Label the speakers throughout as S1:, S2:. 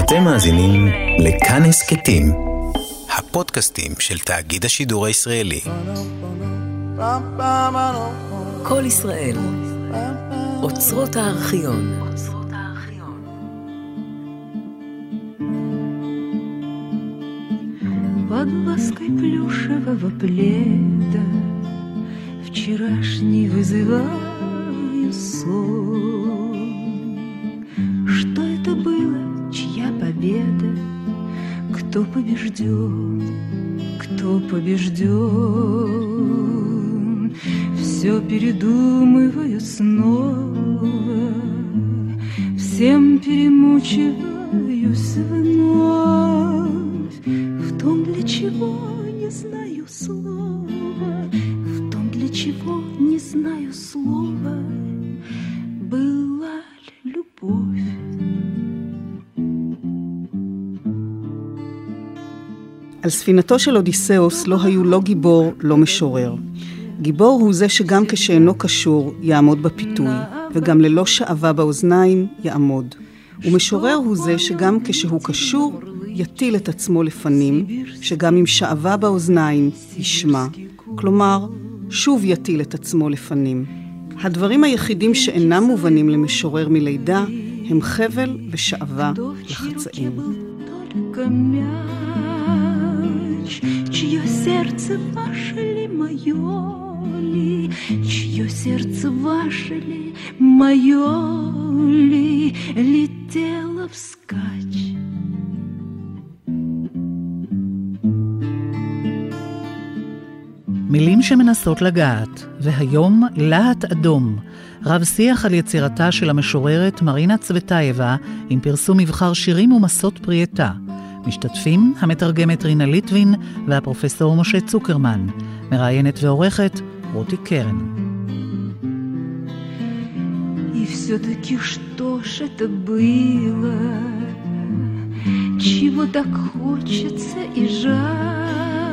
S1: אתם מאזינים לכאן הסכתים, הפודקאסטים של תאגיד השידור הישראלי.
S2: כל ישראל, אוצרות הארכיון.
S3: Под лаской плюшевого пледа вчерашний вызываю сон. Что это было, чья победа? Кто побежден? Кто побежден? Все передумываю снова, всем перемучиваюсь вновь. В том, для чего не знаю слова, в том, для чего не знаю слова, была ли любовь.
S4: על ספינתו של אודיסאוס לא היו לא גיבור, לא משורר. גיבור הוא זה שגם כשאינו קשור יעמוד בפיתוי, וגם ללא שעבה באוזניים יעמוד. ומשורר הוא זה שגם כשהוא קשור יטיל את עצמו לפנים, שגם עם שעבה באוזניים ישמע. כלומר, שוב יטיל את עצמו לפנים. הדברים היחידים שאינם מובנים למשורר מלידה הם חבל ושעבה לחצאים.
S3: Чье сердце ваше ли, мое ли? Чье сердце ваше ли, мое ли? Летело вскачь.
S5: מילים שמנסות לגעת, והיום להט אדום, רב שיח על יצירתה של המשוררת מרינה צבטייבה עם פרסום מבחר שירים ומסות פרייתה. משתתפים המתרגמת רינה ליטווין והפרופסור משה צוקרמן, מראיינת ועורכת רותי קרן.
S3: И все-таки что ж это было, чего так хочется и жаль.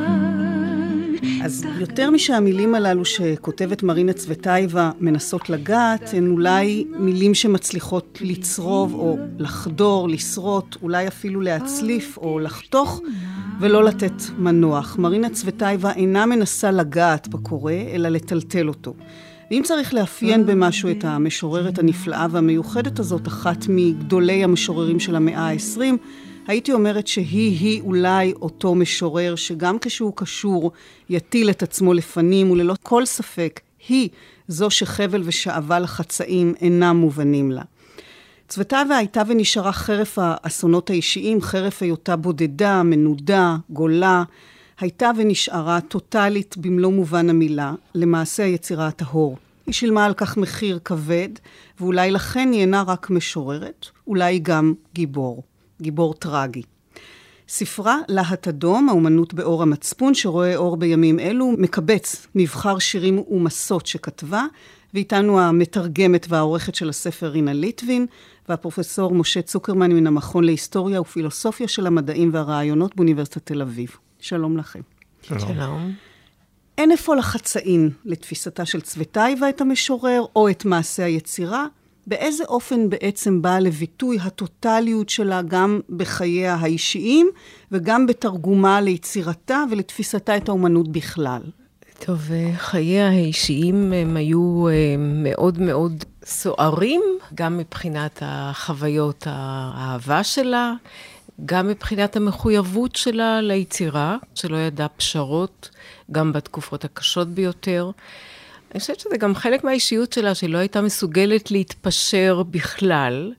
S4: אז יותר משהמילים הללו שכותבת מרינה צבטייבה מנסות לגעת, הן אולי מילים שמצליחות לצרוב או לחדור, לשרות, אולי אפילו להצליף או לחתוך ולא לתת מנוח. מרינה צבטייבה אינה מנסה לגעת בקורא, אלא לטלטל אותו. ואם צריך לאפיין במשהו את המשוררת הנפלאה והמיוחדת הזאת, אחת מגדולי המשוררים של המאה ה-20, הייתי אומרת שהיא אולי אותו משורר שגם כשהוא קשור יטיל את עצמו לפנים, וללא כל ספק היא זו שחבל ושעבה לחצאים אינם מובנים לה. צבטייבה הייתה ונשארה חרף האסונות האישיים, חרף היותה בודדה, מנודה, גולה, הייתה ונשארה טוטלית במלוא מובן המילה, למעשה היצירה הטהור. היא שילמה על כך מחיר כבד, ואולי לכן היא אינה רק משוררת, אולי גם גיבור. גיבור טרגי. ספרה להט אדום, האומנות באור המצפון, שרואה אור בימים אלו, מקבץ מבחר שירים ומסות שכתבה, ואיתנו המתרגמת והעורכת של הספר רינה ליטווין, והפרופסור משה צוקרמן מן המכון להיסטוריה ופילוסופיה של המדעים והרעיונות באוניברסיטת תל אביב. שלום לכם.
S2: שלום.
S4: אין איפה לחצאין לתפיסתה של צבטייבה את המשורר או את מעשה היצירה, באיזה אופן בעצם באה לביטוי הטוטליות שלה גם בחייה האישיים וגם בתרגומה ליצירתה ולתפיסתה את האומנות בכלל?
S6: טוב, חייה האישיים הם היו מאוד מאוד סוערים, גם מבחינת החוויות האהבה שלה, גם מבחינת המחויבות שלה ליצירה, שלא ידעה פשרות, גם בתקופות הקשות ביותר. אני חושבת שזה גם חלק מהאישיות שלה, שלא הייתה מסוגלת להתפשר בכלל,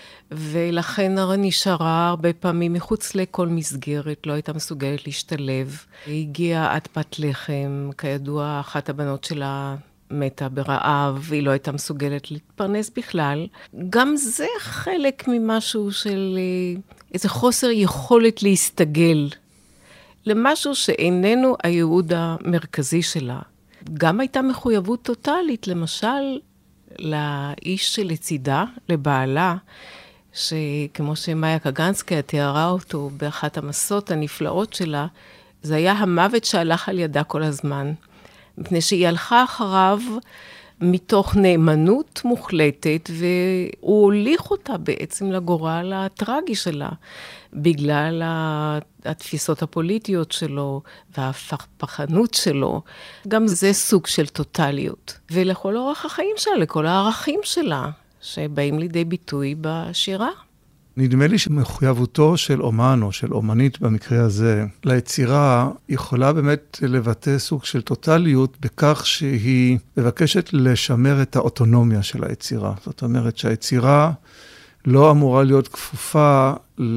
S6: ולכן נשארה הרבה פעמים מחוץ לכל מסגרת, לא הייתה מסוגלת להשתלב. היא הגיעה עד פת לחם, כידוע אחת הבנות שלה מתה ברעב, והיא לא הייתה מסוגלת להתפרנס בכלל. גם זה חלק ממשהו של איזה חוסר יכולת להסתגל, למשהו שאיננו הייעוד המרכזי שלה. גם הייתה מחויבות טוטלית, למשל, לאיש שלצידה, לבעלה, שכמו שמאיה קגנסקיה תיארה אותו באחת המסות הנפלאות שלה, זה היה המוות שהלך על ידה כל הזמן. מפני שהיא הלכה אחריו מתוך נאמנות מוחלטת, והוא הוליך אותה בעצם לגורל הטרגי שלה, בגלל התפיסות הפוליטיות שלו והפחנות שלו. גם זה סוג של טוטליות. ולכל אורח החיים שלה, לכל הערכים שלה, שבאים לידי ביטוי בשירה.
S7: נדמה לי שמחויבותו של אומן או של אומנית במקרה הזה ליצירה יכולה באמת לבטא סוג של טוטליות בכך שהיא מבקשת לשמר את האוטונומיה של היצירה. זאת אומרת שהיצירה לא אמורה להיות כפופה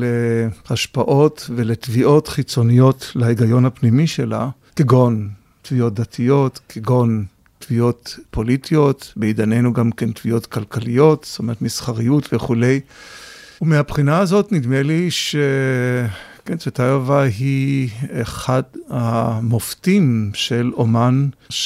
S7: להשפעות ולתביעות חיצוניות להיגיון הפנימי שלה, כגון תביעות דתיות, כגון תביעות פוליטיות, בעידננו גם כן תביעות כלכליות, זאת אומרת מסחריות וכולי. ומהבחינה הזאת נדמה לי צבטאייבה היא אחד המופתים של אומן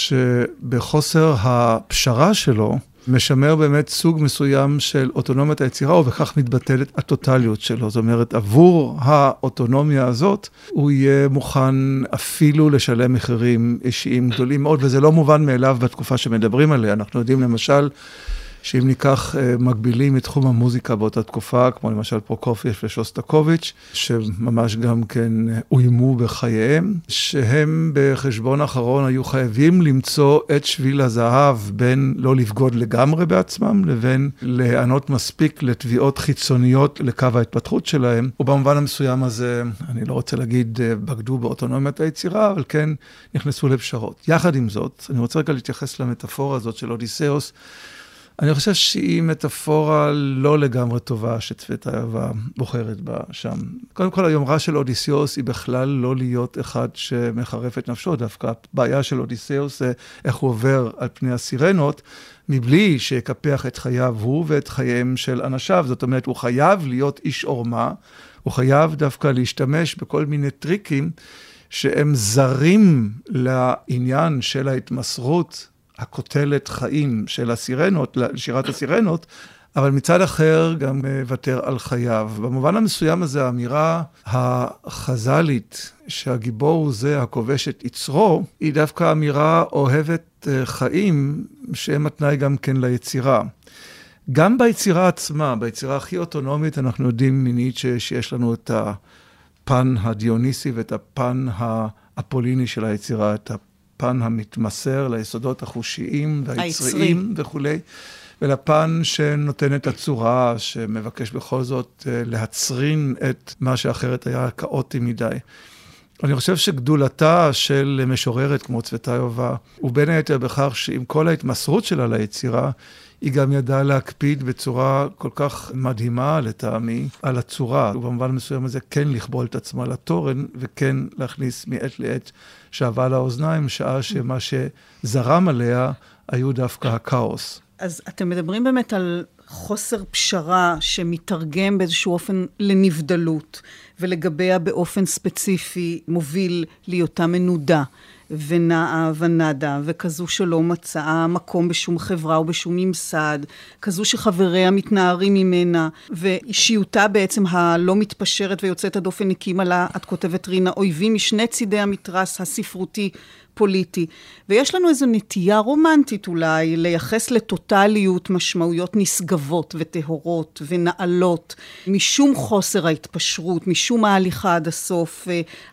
S7: שבחוסר הפשרה שלו משמר באמת סוג מסוים של אוטונומיית היצירה, ובכך מתבטלת הטוטליות שלו. זאת אומרת, עבור האוטונומיה הזאת, הוא יהיה מוכן אפילו לשלם מחירים אישיים גדולים מאוד, וזה לא מובן מאליו בתקופה שמדברים עליה. אנחנו יודעים למשל, שאם ניקח מקבילים מתחום המוזיקה באותה תקופה, כמו למשל פרוקופייב ושוסטקוביץ', שממש גם כן אוימו בחייהם, שהם בחשבון האחרון היו חייבים למצוא את שביל הזהב בין לא לבגוד לגמרי בעצמם, לבין להיענות מספיק לתביעות חיצוניות לקו ההתפתחות שלהם. ובמובן המסוים הזה, אני לא רוצה להגיד בגדו באוטונומיית היצירה, אבל כן נכנסו לפשרות. יחד עם זאת, אני רוצה רגע להתייחס למטאפורה הזאת של אודיסאוס, אני חושב שהיא מטאפורה לא לגמרי טובה שצבטאייבה בוחרת בה שם. קודם כל, היומרה של אודיסאוס היא בכלל לא להיות אחד שמחרף את נפשו, דווקא הבעיה של אודיסאוס זה איך הוא עובר על פני הסירנות, מבלי שיקפח את חייו הוא ואת חייהם של אנשיו. זאת אומרת, הוא חייב להיות איש עורמה, הוא חייב דווקא להשתמש בכל מיני טריקים שהם זרים לעניין של ההתמסרות, הקוטלת חיים של הסירנות, שירת הסירנות, אבל מצד אחר גם מוותר על חייו. במובן המסוים הזה, האמירה החז"לית שהגיבור הוא זה הכובש את יצרו, היא דווקא אמירה אוהבת חיים, שהם התנאי גם כן ליצירה. גם ביצירה עצמה, ביצירה הכי אוטונומית, אנחנו יודעים מניטשה שיש לנו את הפן הדיוניסי ואת הפן האפוליני של היצירה, את הפן המתמסר ליסודות החושיים והיצריים וכולי, ולפן שנותן את הצורה, שמבקש בכל זאת להצרין את מה שאחרת היה כאוטי מדי. אני חושב שגדולתה של משוררת כמו צבטאייבה, הוא בין היתר בכך שעם כל ההתמסרות שלה ליצירה, היא גם ידעה להקפיד בצורה כל כך מדהימה לטעמי על הצורה, ובמובן מסוים הזה כן לכבול את עצמה לתורן, וכן להכניס מעת לעת שעבה לאוזניים, שעה שמה שזרם עליה היו דווקא הכאוס.
S4: אז אתם מדברים באמת על חוסר פשרה שמתרגם באיזשהו אופן לנבדלות, ולגביה באופן ספציפי מוביל להיותה מנודה, ונעה ונדה, וכזו שלא מצאה מקום בשום חברה או בשום ממסד, כזו שחבריה מתנערים ממנה, ואישיותה בעצם הלא מתפשרת ויוצאת הדופן הקימה לה, את כותבת רינה, אויבים משני צידי המתרס הספרותי פוליטי. ויש לנו איזו נטייה רומנטית אולי לייחס לטוטליות משמעויות נשגבות וטהורות ונעלות, משום חוסר ההתפשרות, משום ההליכה עד הסוף,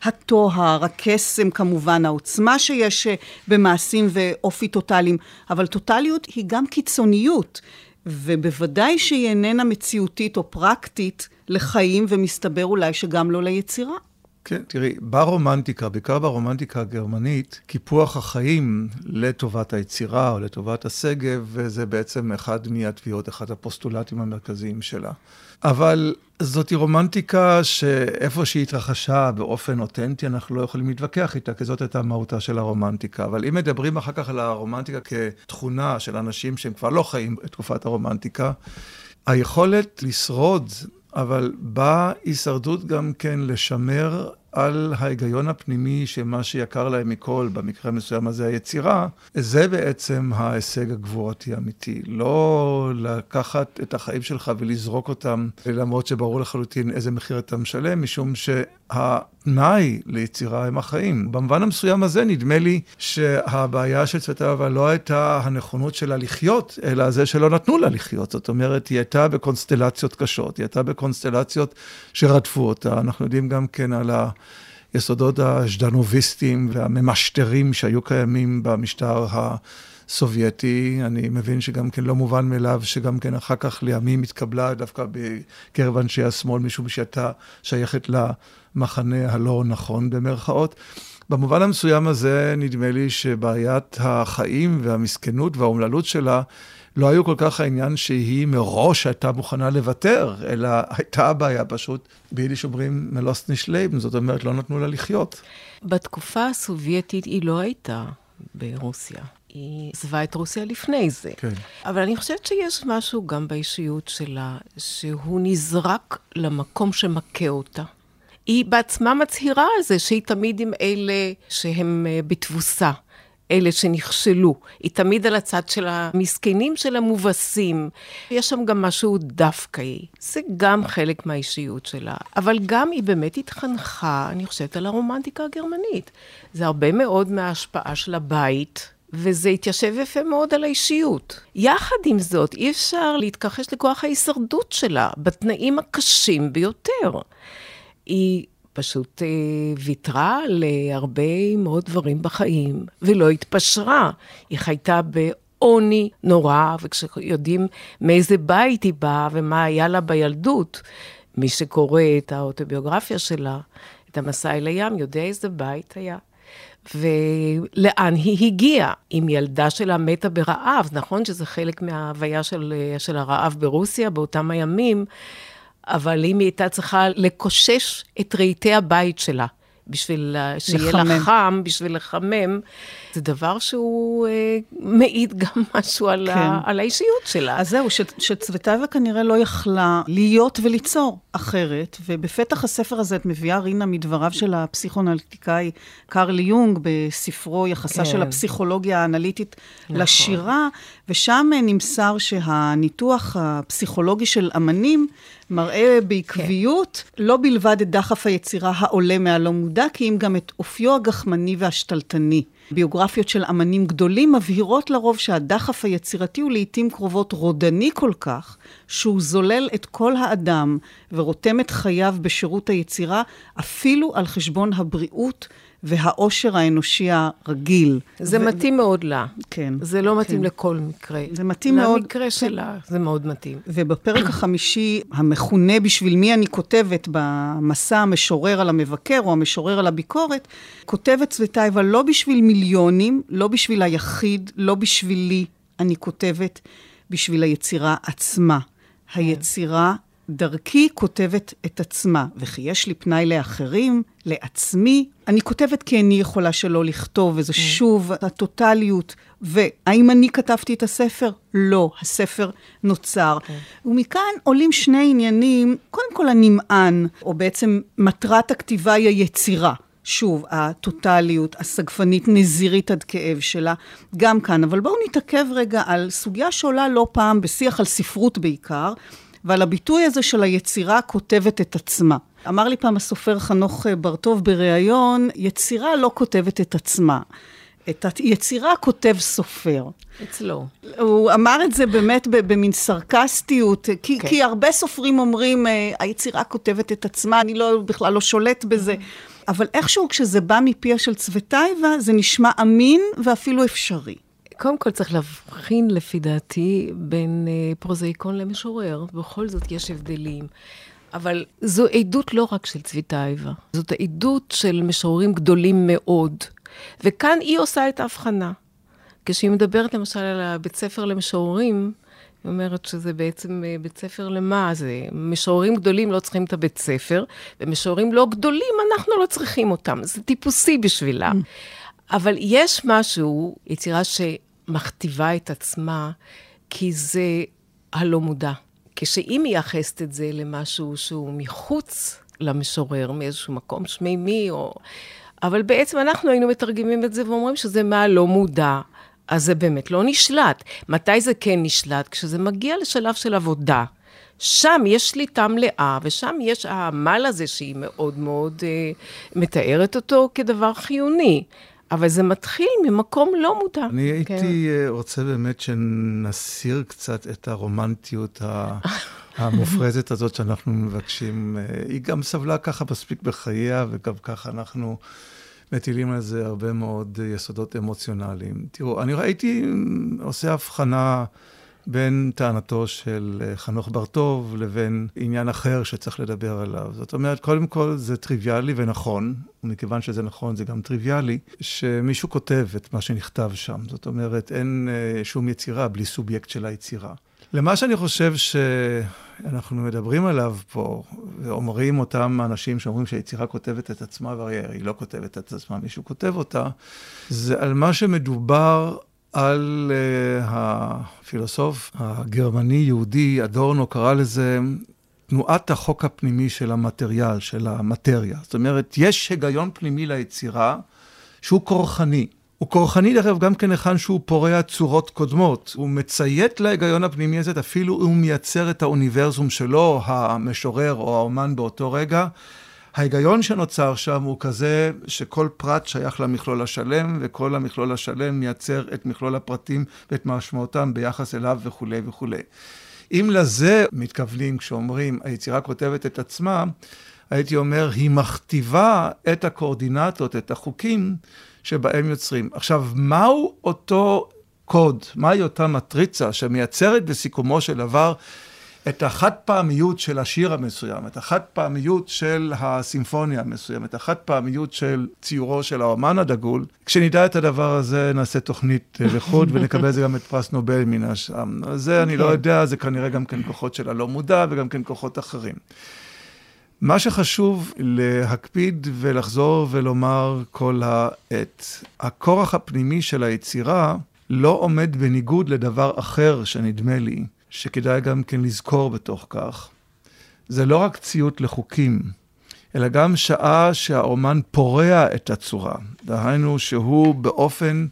S4: התוהר, הקסם כמובן, העוצמה שיש במעשים ואופי טוטליים, אבל טוטליות היא גם קיצוניות, ובוודאי שהיא איננה מציאותית או פרקטית לחיים, ומסתבר אולי שגם לא ליצירה.
S7: כן, תראי, ברומנטיקה, בעיקר ברומנטיקה הגרמנית, קיפוח החיים לטובת היצירה או לטובת השגב, וזה בעצם אחד מהתביעות, אחד הפוסטולטים המרכזיים שלה. אבל זאת רומנטיקה שאיפה שהיא התרחשה באופן אותנטי, אנחנו לא יכולים להתווכח איתה, כי זאת הייתה מהותה של הרומנטיקה. אבל אם מדברים אחר כך על הרומנטיקה כתכונה של אנשים שהם כבר לא חיים בתקופת הרומנטיקה, היכולת לשרוד, אבל בהישרדות גם כן לשמר על ההיגיון הפנימי שמה שיקר להם מכל, במקרה מסוים הזה היצירה, זה בעצם ההישג הגבורתי האמיתי. לא לקחת את החיים שלך ולזרוק אותם, למרות שברור לחלוטין איזה מחיר אתה משלם, משום שהתנאי ליצירה הם החיים. במובן המסוים הזה נדמה לי שהבעיה של צוותאיבה לא הייתה הנכונות שלה לחיות, אלא זה שלא נתנו לה לחיות. זאת אומרת, היא הייתה בקונסטלציות קשות, היא הייתה בקונסטלציות שרדפו אותה. אנחנו יודעים גם כן על היסודות הז'דנוביסטיים והממשטרים שהיו קיימים במשטר הסובייטי. אני מבין שגם כן לא מובן מאליו, שגם כן אחר כך לימים התקבלה דווקא בקרב אנשי השמאל, משום שהייתה שייכת למחנה הלא נכון במרכאות. במובן המסוים הזה נדמה לי שבעיית החיים והמסכנות והאומללות שלה לא היו כל כך העניין שהיא מראש הייתה מוכנה לוותר, אלא הייתה הבעיה פשוט, ביידיש אומרים מלוסט נישט לבן, זאת אומרת לא נתנו לה לחיות.
S6: בתקופה הסובייטית היא לא הייתה ברוסיה. היא עזבה את רוסיה לפני זה.
S7: כן.
S6: אבל אני חושבת שיש משהו גם באישיות שלה, שהוא נזרק למקום שמכה אותה. היא בעצמה מצהירה על זה שהיא תמיד עם אלה שהם בתבוסה, אלה שנכשלו. היא תמיד על הצד של המסכנים, של המובסים. יש שם גם משהו דווקאי. זה גם חלק מהאישיות שלה. אבל גם היא באמת התחנכה, אני חושבת, על הרומנטיקה הגרמנית. זה הרבה מאוד מההשפעה של הבית, וזה התיישב יפה מאוד על האישיות. יחד עם זאת, אי אפשר להתכחש לכוח ההישרדות שלה, בתנאים הקשים ביותר. היא פשוט ויתרה להרבה מאוד דברים בחיים, ולא התפשרה. היא חייתה בעוני נורא, וכשיודעים מאיזה בית היא באה, ומה היה לה בילדות, מי שקורא את האוטוביוגרפיה שלה, את המסע אל הים, יודע איזה בית היה. ולאן היא הגיעה? אם ילדה שלה מתה ברעב, נכון שזה חלק מההוויה של הרעב ברוסיה, באותם הימים, אבל אם היא הייתה צריכה לקושש את רהיטי הבית שלה, בשביל שיהיה לה חם, בשביל לחמם, זה דבר שהוא מעיד גם משהו על האישיות שלה.
S4: אז זהו, שצוותאיבה כנראה לא יכלה להיות וליצור אחרת, ובפתח הספר הזה את מביאה רינה מדבריו של הפסיכואנליטיקאי קרל יונג, בספרו יחסה של הפסיכולוגיה האנליטית לשירה, ושם נמסר שהניתוח הפסיכולוגי של אמנים מראה בעקביות, לא בלבד את דחף היצירה העולה מהלא מודע, כי אם גם את אופיו הגחמני והשתלטני. ביוגרפיות של אמנים גדולים מבהירות לרוב שהדחף היצירתי הוא לעתים קרובות רודני כל כך, שהוא זולל את כל האדם ורותם את חייו בשירות היצירה, אפילו על חשבון הבריאות והאושר האנושי הרגיל.
S6: זה מתאים מאוד לה.
S4: כן.
S6: זה לא מתאים לכל מקרה.
S4: זה מתאים מאוד.
S6: למקרה שלה, זה מאוד מתאים.
S4: ובפרק החמישי, המכונה בשביל מי אני כותבת, במסע המשורר על המבקר, או המשורר על הביקורת, כותבת צוותאיבה לא בשביל מיליונים, לא בשביל היחיד, לא בשבילי, אני כותבת בשביל היצירה עצמה. היצירה דרכי כותבת את עצמה, וכי יש לי פנאי לאחרים, לעצמי. אני כותבת כי אני יכולה שלא לכתוב, וזה שוב הטוטליות. והאם אני כתבתי את הספר? לא, הספר נוצר. ומכאן עולים שני עניינים, קודם כל הנמען, או בעצם מטרת הכתיבה היא היצירה. שוב, הטוטליות, הסגפנית, נזירית עד כאב שלה, גם כאן. אבל בואו נתעכב רגע על סוגיה שעולה לא פעם בשיח על ספרות בעיקר, ועל הביטוי הזה של היצירה כותבת את עצמה. אמר לי פעם הסופר חנוך ברטוב בריאיון, יצירה לא כותבת את עצמה. את היצירה כותב סופר.
S6: אצלו.
S4: הוא אמר את זה באמת במין סרקסטיות, כי הרבה סופרים אומרים, היצירה כותבת את עצמה, אני בכלל לא שולט בזה. אבל איכשהו כשזה בא מפיה של צוותאיבה, זה נשמע אמין ואפילו אפשרי.
S6: קודם כל צריך להבחין לפי דעתי בין פרוזאיקון למשורר, בכל זאת יש הבדלים. אבל זו עדות לא רק של צוותאיבה, זאת העדות של משוררים גדולים מאוד, וכאן היא עושה את ההבחנה. כשהיא מדברת למשל על הבית ספר למשוררים, היא אומרת שזה בעצם בית ספר למה? זה משוררים גדולים לא צריכים את הבית ספר, ומשוררים לא גדולים אנחנו לא צריכים אותם, זה טיפוסי בשבילה. אבל יש משהו, יצירה שמכתיבה את עצמה, כי זה הלא מודע. כשהיא מייחסת את זה למשהו שהוא מחוץ למשורר מאיזשהו מקום שמימי, אבל בעצם אנחנו היינו מתרגמים את זה ואומרים שזה מה לא מודע, אז זה באמת לא נשלט. מתי זה כן נשלט? כשזה מגיע לשלב של עבודה. שם יש שליטה מלאה, ושם יש העמל הזה שהיא מאוד מאוד מתארת אותו כדבר חיוני. אבל זה מתחיל ממקום לא מודע.
S7: אני הייתי רוצה באמת שנסיר קצת את הרומנטיות המופרזת הזאת שאנחנו מבקשים. היא גם סבלה ככה מספיק בחייה, וגם ככה אנחנו מטילים על זה הרבה מאוד יסודות אמוציונליים. תראו, אני ראיתי עושה הבחנה בין טענתו של חנוך בר-טוב לבין עניין אחר שצריך לדבר עליו. זאת אומרת, קודם כל זה טריוויאלי ונכון, ומכיוון שזה נכון זה גם טריוויאלי, שמישהו כותב את מה שנכתב שם. זאת אומרת, אין שום יצירה בלי סובייקט של היצירה. למה שאני חושב שאנחנו מדברים עליו פה, ואומרים אותם האנשים שאומרים שהיצירה כותבת את עצמה, והרי היא לא כותבת את עצמה, מישהו כותב אותה, זה על מה שמדובר על הפילוסוף הגרמני-יהודי, אדורנו קרא לזה תנועת החוק הפנימי של המטריאל, של המטריה. זאת אומרת, יש היגיון פנימי ליצירה שהוא כורחני. הוא כורחני דרך גם כן היכן שהוא פורע צורות קודמות. הוא מציית להיגיון הפנימי הזה, אפילו הוא מייצר את האוניברסום שלו, המשורר או האומן באותו רגע. ההיגיון שנוצר שם הוא כזה שכל פרט שייך למכלול השלם, וכל המכלול השלם מייצר את מכלול הפרטים ואת משמעותם ביחס אליו וכו' וכו'. אם לזה מתכוונים כשאומרים היצירה כותבת את עצמה, הייתי אומר, היא מכתיבה את הקורדינטות, את החוקים שבהם יוצרים. עכשיו, מהו אותו קוד? מהי אותה מטריצה שמייצרת בסיכומו של דבר את החד פעמיות של השיר המסוים, את החד פעמיות של הסימפוניה המסוים, את החד פעמיות של ציורו של האומן הדגול? כשנדע את הדבר הזה נעשה תוכנית לחוד ונקבל זה גם את פרס נובל מן השם. אז זה אני לא יודע, זה כנראה גם כן כוחות של הלא מודע וגם כן כוחות אחרים. מה שחשוב להקפיד ולחזור ולומר כל העת, הכורח הפנימי של היצירה לא עומד בניגוד לדבר אחר שנדמה לי, שכדאי גם כן לזכור בתוך כך. זה לא רק ציות לחוקים, אלא גם שעה שהאומן פורע את הצורה. דהיינו שהוא באופן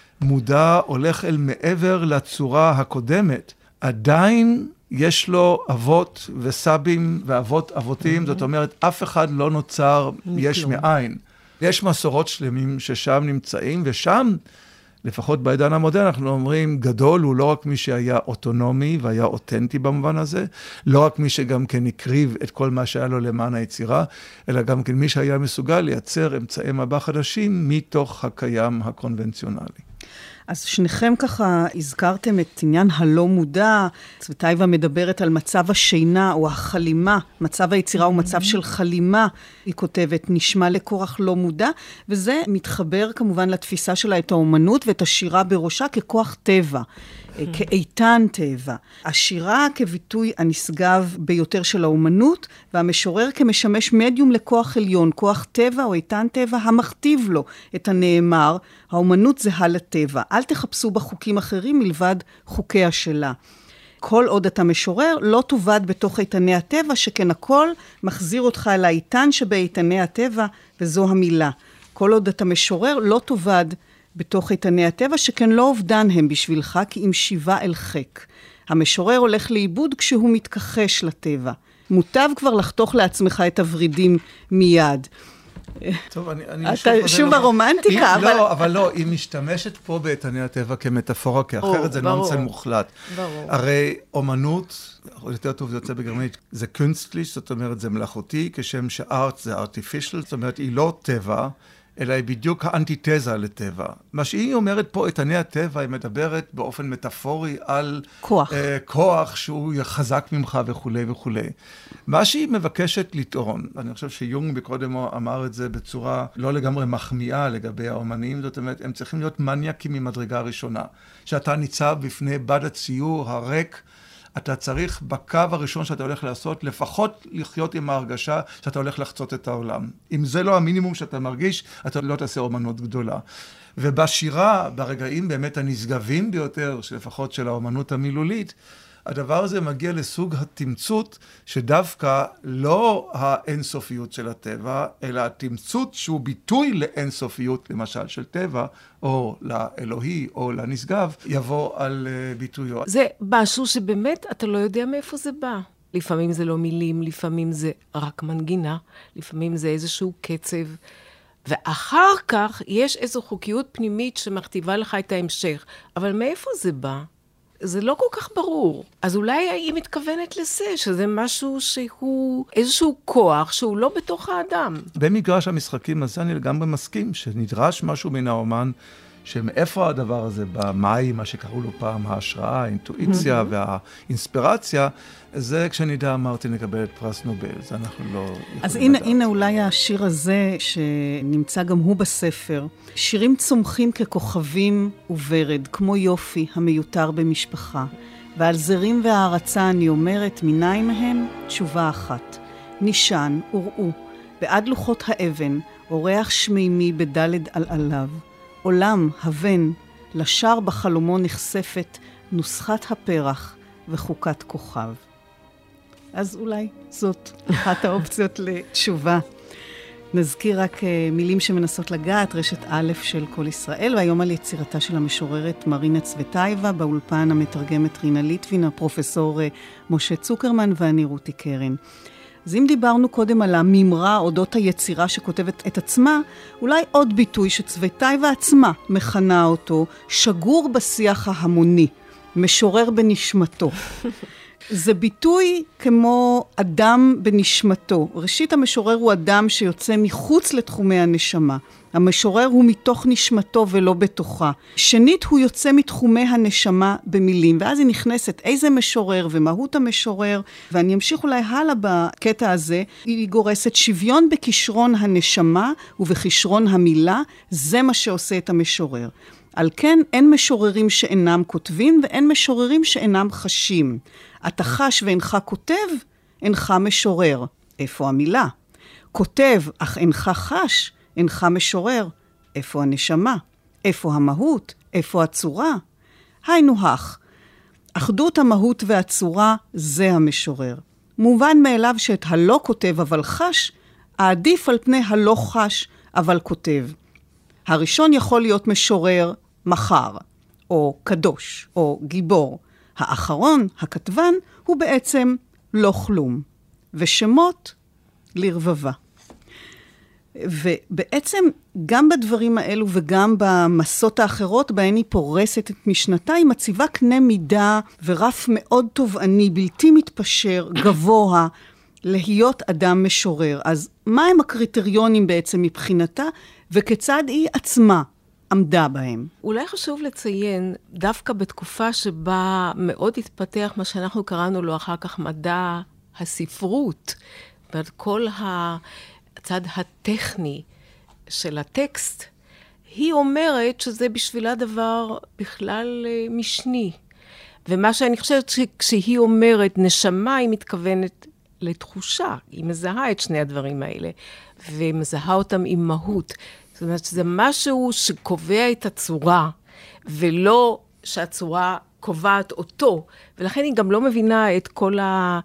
S7: מודע הולך אל מעבר לצורה הקודמת. עדיין יש לו אבות וסבים ואבות אבותים, זאת אומרת, אף אחד לא נוצר יש מאין. יש מסורות שלמים ששם נמצאים, ושם, לפחות בעידן המודרני, אנחנו אומרים, גדול הוא לא רק מי שהיה אוטונומי והיה אותנטי במובן הזה, לא רק מי שגם כן הקריב את כל מה שהיה לו למען היצירה, אלא גם כן מי שהיה מסוגל לייצר אמצעי מבע חדשים מתוך הקיים הקונבנציונלי.
S4: אז שניכם ככה הזכרתם את עניין הלא מודע, צוותאיבה מדברת על מצב השינה או החלימה, מצב היצירה הוא מצב של חלימה, היא כותבת, נשמע לכורח לא מודע, וזה מתחבר כמובן לתפיסה שלה את האומנות ואת השירה בראשה ככוח טבע, כאיתן טבע. השירה כביטוי הנשגב ביותר של האומנות, והמשורר כמשמש מדיום לכוח עליון, כוח טבע או איתן טבע המכתיב לו את הנאמר, האומנות זהה לטבע. אל תחפשו בחוקים אחרים מלבד חוקיה שלה. כל עוד אתה משורר, לא תובד בתוך איתני הטבע, שכן הכל מחזיר אותך אל האיתן שבאיתני הטבע, וזו המילה. כל עוד אתה משורר, לא תובד בתוך איתני הטבע, שכן לא אובדן הם בשבילך, כי אם שיבה אל חק. המשורר הולך לאיבוד כשהוא מתכחש לטבע. מוטב כבר לחתוך לעצמך את הוורידים מיד.
S7: טוב,
S4: אתה שוב הרומנטיקה, אבל...
S7: לא, אבל לא, היא משתמשת פה באיתני הטבע כמטאפורה, כי אחרת זה נונסנס מוחלט.
S6: ברור.
S7: הרי אומנות, יותר טוב זה יוצא בגרמנית, זה קונסטליש, זאת אומרת זה מלאכותי, כשם שארט זה artificial, זאת אומרת היא לא טבע, אלא היא בדיוק האנטיתזה לטבע. מה שהיא אומרת פה, איתני הטבע, היא מדברת באופן מטאפורי על כוח שהוא חזק ממך וכו' וכו'. מה שהיא מבקשת לטעון, אני חושב שיונג בקודם אמר את זה בצורה לא לגמרי מחמיאה לגבי האומנים, זאת אומרת, הם צריכים להיות מניאקים ממדרגה ראשונה. שאתה ניצב בפני בד הציור הריק, אתה צריך בקו הראשון שאתה הולך לעשות, לפחות לחיות עם ההרגשה שאתה הולך לחצות את העולם. אם זה לא המינימום שאתה מרגיש, אתה לא תעשה אומנות גדולה. ובשירה, ברגעים באמת הנשגבים ביותר, שלפחות של האומנות המילולית, הדבר הזה מגיע לסוג התמצות, שדווקא לא האינסופיות של הטבע, אלא התמצות שהוא ביטוי לאינסופיות, למשל של טבע, או לאלוהי, או לנשגב, יבוא על ביטויו.
S6: זה משהו שבאמת אתה לא יודע מאיפה זה בא. לפעמים זה לא מילים, לפעמים זה רק מנגינה, לפעמים זה איזשהו קצב, ואחר כך יש איזו חוקיות פנימית שמכתיבה לך את ההמשך. אבל מאיפה זה בא? זה לא כל כך ברור. אז אולי היא מתכוונת לזה, שזה משהו שהוא איזשהו כוח שהוא לא בתוך האדם.
S7: במגרש המשחקים הזה אני לגמרי מסכים, שנדרש משהו מן האומן, שמאיפה הדבר הזה בא, מהי מה שקראו לו פעם ההשראה, האינטואיציה והאינספירציה, זה כשנדע מרטין לקבל את פרס נובל, זה אנחנו לא יכולים לדעת.
S4: אז הנה אולי השיר הזה שנמצא גם הוא בספר, שירים צומחים ככוכבים וברד, כמו יופי המיותר במשפחה, ועל זרים והערצה אני אומרת, מניים מהם תשובה אחת, נשען וראו, בעד לוחות האבן, אורח שמימי בדלת על עליו, עולם, הבן, לשאר בחלומו נחשפת נוסחת הפרח וחוקת כוכב. אז אולי זאת אחת האופציות לתשובה. נזכיר רק מילים שמנסות לגעת, רשת א' של כל ישראל, והיום על יצירתה של המשוררת מרינה צבטייבה, באולפן המתרגמת רינה ליטבין, הפרופסור משה צוקרמן ואני רותי קרן. אז אם דיברנו קודם על הממרה אודות היצירה שכותבת את עצמה, אולי עוד ביטוי שצבטייבה עצמה מכנה אותו, שגור בשיח ההמוני, משורר בנשמתו. זה ביטוי כמו אדם בנשמתו. ראשית, המשורר הוא אדם שיוצא מחוץ לתחומי הנשמה. המשורר הוא מתוך נשמתו ולא בתוכה. שנית, הוא יוצא מתחומי הנשמה במילים, ואז היא נכנסת איזה משורר ומהות המשורר, ואני אמשיך אולי הלאה בקטע הזה, היא גורסת שוויון בכישרון הנשמה ובכישרון המילה, זה מה שעושה את המשורר. על כן אין משוררים שאינם כותבים ואין משוררים שאינם חשים. אתה חש ואינך כותב, אינך משורר. איפה המילה? כותב אך אינך חש, אינך משורר. איפה הנשמה? איפה המהות? איפה הצורה? היינו הך. אחדות המהות והצורה זה המשורר. מובן מאליו שאת הלא כותב אבל חש, העדיף על פני הלא חש אבל כותב. הראשון יכול להיות משורר מחר, או קדוש, או גיבור. האחרון, הכתבן, הוא בעצם לא כלום. ושמות לרבבה. ובעצם גם בדברים האלו וגם במסות האחרות בהן היא פורסת את משנתה, היא מציבה קנה מידה ורף מאוד תובעני, בלתי מתפשר, גבוה, להיות אדם משורר. אז מה הם הקריטריונים בעצם מבחינתה, וכיצד היא עצמה עמדה בהם?
S6: אולי חשוב לציין, דווקא בתקופה שבה מאוד התפתח מה שאנחנו קראנו לו אחר כך מדע הספרות, וכל הצד הטכני של הטקסט, היא אומרת שזה בשבילה דבר בכלל משני. ומה שאני חושבת שכשהיא אומרת נשמה, היא מתכוונת לתחושה. היא מזהה את שני הדברים האלה, ומזהה אותם עם מהות. זאת אומרת שזה משהו שקובע את הצורה, ולא שהצורה קובעת אותו, ולכן היא גם לא מבינה את כל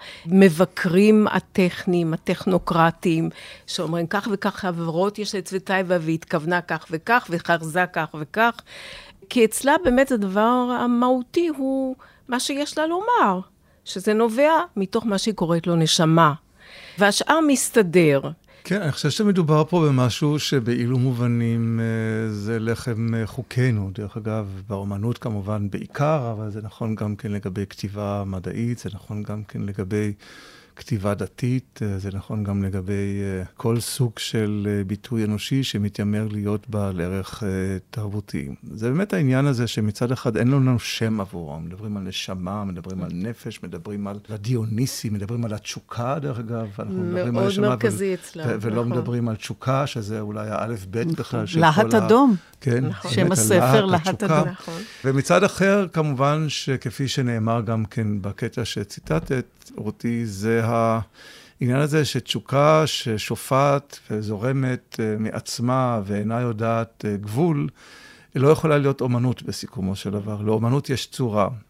S6: המבקרים הטכניים, הטכנוקרטיים, שאומרים כך וכך חברות יש לצבטייבה, והתכוונה כך וכך, וחרזה כך וכך, כי אצלה באמת הדבר המהותי הוא מה שיש לה לומר, שזה נובע מתוך מה שהיא קוראת לו נשמה, והשאר מסתדר.
S7: כן, אני חושב שמדובר פה במשהו שבאילו מובנים זה לחם חוקנו. דרך אגב, באומנות כמובן בעיקר, אבל זה נכון גם כן לגבי כתיבה מדעית, זה נכון גם כן לגבי כתיבה דתית, זה נכון גם לגבי כל סוג של ביטוי אנושי שמתיימר להיות בעל ערך תרבותי. זה באמת העניין הזה שמצד אחד אין לנו שם עבורו. מדברים על נשמה, מדברים על נפש, מדברים על הדיוניסי, מדברים על התשוקה, דרך אגב.
S6: מאוד מרכזי אצלה.
S7: ולא מדברים על תשוקה, שזה אולי האלף בית בכלל.
S4: להט אדום.
S7: כן.
S4: שם הספר להט אדום.
S7: ומצד אחר, כמובן שכפי שנאמר גם כן בקטע שציטטת, רותי, זה העניין הזה שתשוקה ששופעת וזורמת מעצמה ואינה יודעת גבול, לא יכולה להיות אומנות בסיכומו של דבר. לאומנות יש צורה.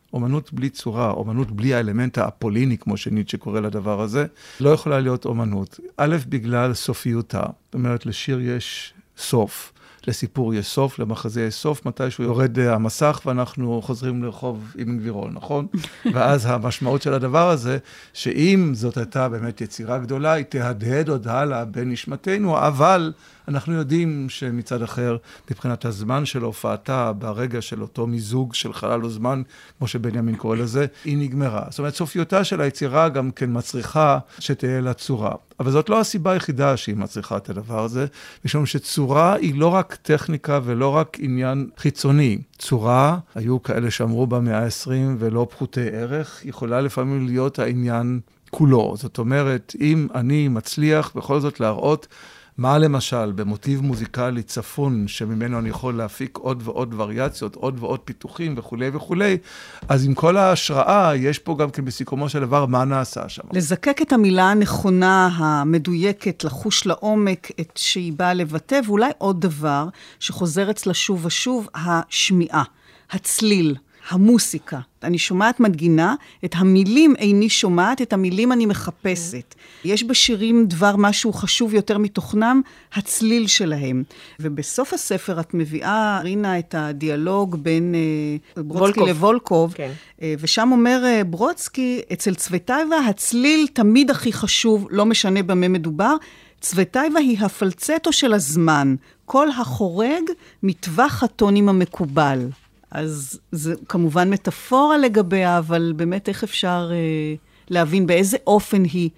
S7: אומנות בלי צורה, אומנות בלי האלמנט האפוליני, כמו שניטשה קורא לדבר הזה, לא יכולה להיות אומנות. א', בגלל סופיותה. זאת אומרת, לשיר יש סוף. לסיפור יש סוף, למחזה יש סוף, מתי שהוא יורד המסך ואנחנו חוזרים לרחוב עם גבירול, נכון? ואז המשמעות של הדבר הזה, שאם זאת הייתה באמת יצירה גדולה, היא תהדהד עוד הלאה בנשמתנו, אבל אנחנו יודעים שמצד אחר, מבחינת הזמן של הופעתה, ברגע של אותו מיזוג של חלל וזמן, כמו שבנימין קורא לזה, היא נגמרה. זאת אומרת, סופיותה של היצירה גם כן מצריכה שתהיה לה צורה. אבל זאת לא הסיבה היחידה שהיא מצריכה את הדבר הזה, משום שצורה היא לא רק טכניקה ולא רק עניין חיצוני. צורה, היו כאלה שאמרו במאה ה-20 ולא פחותי ערך, יכולה לפעמים להיות העניין כולו. זאת אומרת, אם אני מצליח בכל זאת להראות מה למשל במוטיב מוזיקלי צפון, שממנו אני יכול להפיק עוד ועוד וריאציות, עוד ועוד פיתוחים וכו' וכו', אז עם כל ההשראה, יש פה גם כן בסיכומו של דבר מה נעשה שם.
S4: לזקק את המילה הנכונה, המדויקת, לחוש לעומק, את שהיא באה לבטא, ואולי עוד דבר שחוזר אצלה שוב ושוב, השמיעה, הצליל. המוסיקה. אני שומעת מנגינה, את המילים איני שומעת, את המילים אני מחפשת. יש בשירים דבר משהו חשוב יותר מתוכנם, הצליל שלהם. ובסוף הספר את מביאה, רינה, את הדיאלוג בין ברודסקי לוולקוב, כן. ושם אומר ברודסקי, אצל צווטייבה, הצליל תמיד הכי חשוב, לא משנה במה מדובר, צווטייבה היא הפלצטו של הזמן, כל החורג מטווח הטונים המקובל. אז זה כמובן מטאפורה לגביה, אבל באמת איך אפשר להבין באיזה אופן היא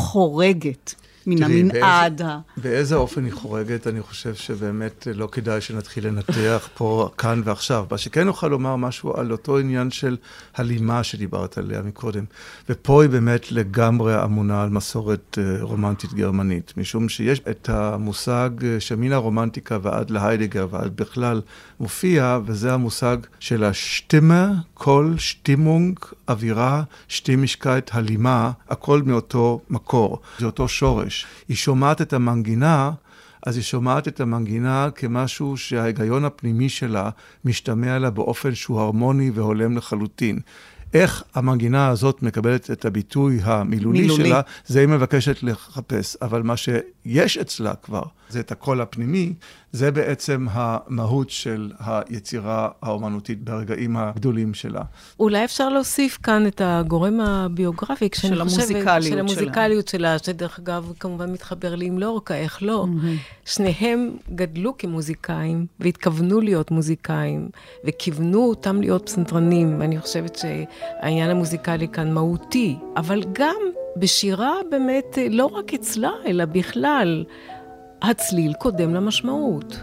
S4: חורגת מן המנעד.
S7: באיזה אופן היא חורגת, אני חושב שבאמת לא כדאי שנתחיל לנתח פה, כאן ועכשיו. מה שכן נוכל לומר משהו על אותו עניין של הלימה שדיברת עליה מקודם. ופה היא באמת לגמרי אמונה על מסורת רומנטית גרמנית, משום שיש את המושג שמן הרומנטיקה ועד להיידיגר ועד בכלל מופיע, וזה המושג של השטימה, קול, שטימונג, אווירה, שטימישקייט, הלימה, הכל מאותו מקור, זה אותו שורש. היא שומעת את המנגינה, אז היא שומעת את המנגינה כמשהו שההיגיון הפנימי שלה משתמע לה באופן שהוא הרמוני והולם לחלוטין. איך המנגינה הזאת מקבלת את הביטוי המילולי שלה, זה היא מבקשת לחפש. אבל מה שיש אצלה כבר, זה את הקול הפנימי, זה בעצם המהות של היצירה האומנותית ברגעים הגדולים שלה.
S6: אולי אפשר להוסיף כאן את הגורם הביוגרפי,
S4: של
S6: המוזיקליות שלה, שדרך אגב כמובן מתחבר לי עם לורקה, איך לא. שניהם גדלו כמוזיקאים, והתכוונו להיות מוזיקאים, וכיוונו אותם להיות פסנתרנים, ואני חושבת שהעניין המוזיקלי כאן מהותי, אבל גם בשירה באמת לא רק אצלה, אלא בכלל, הצליל קודם למשמעות.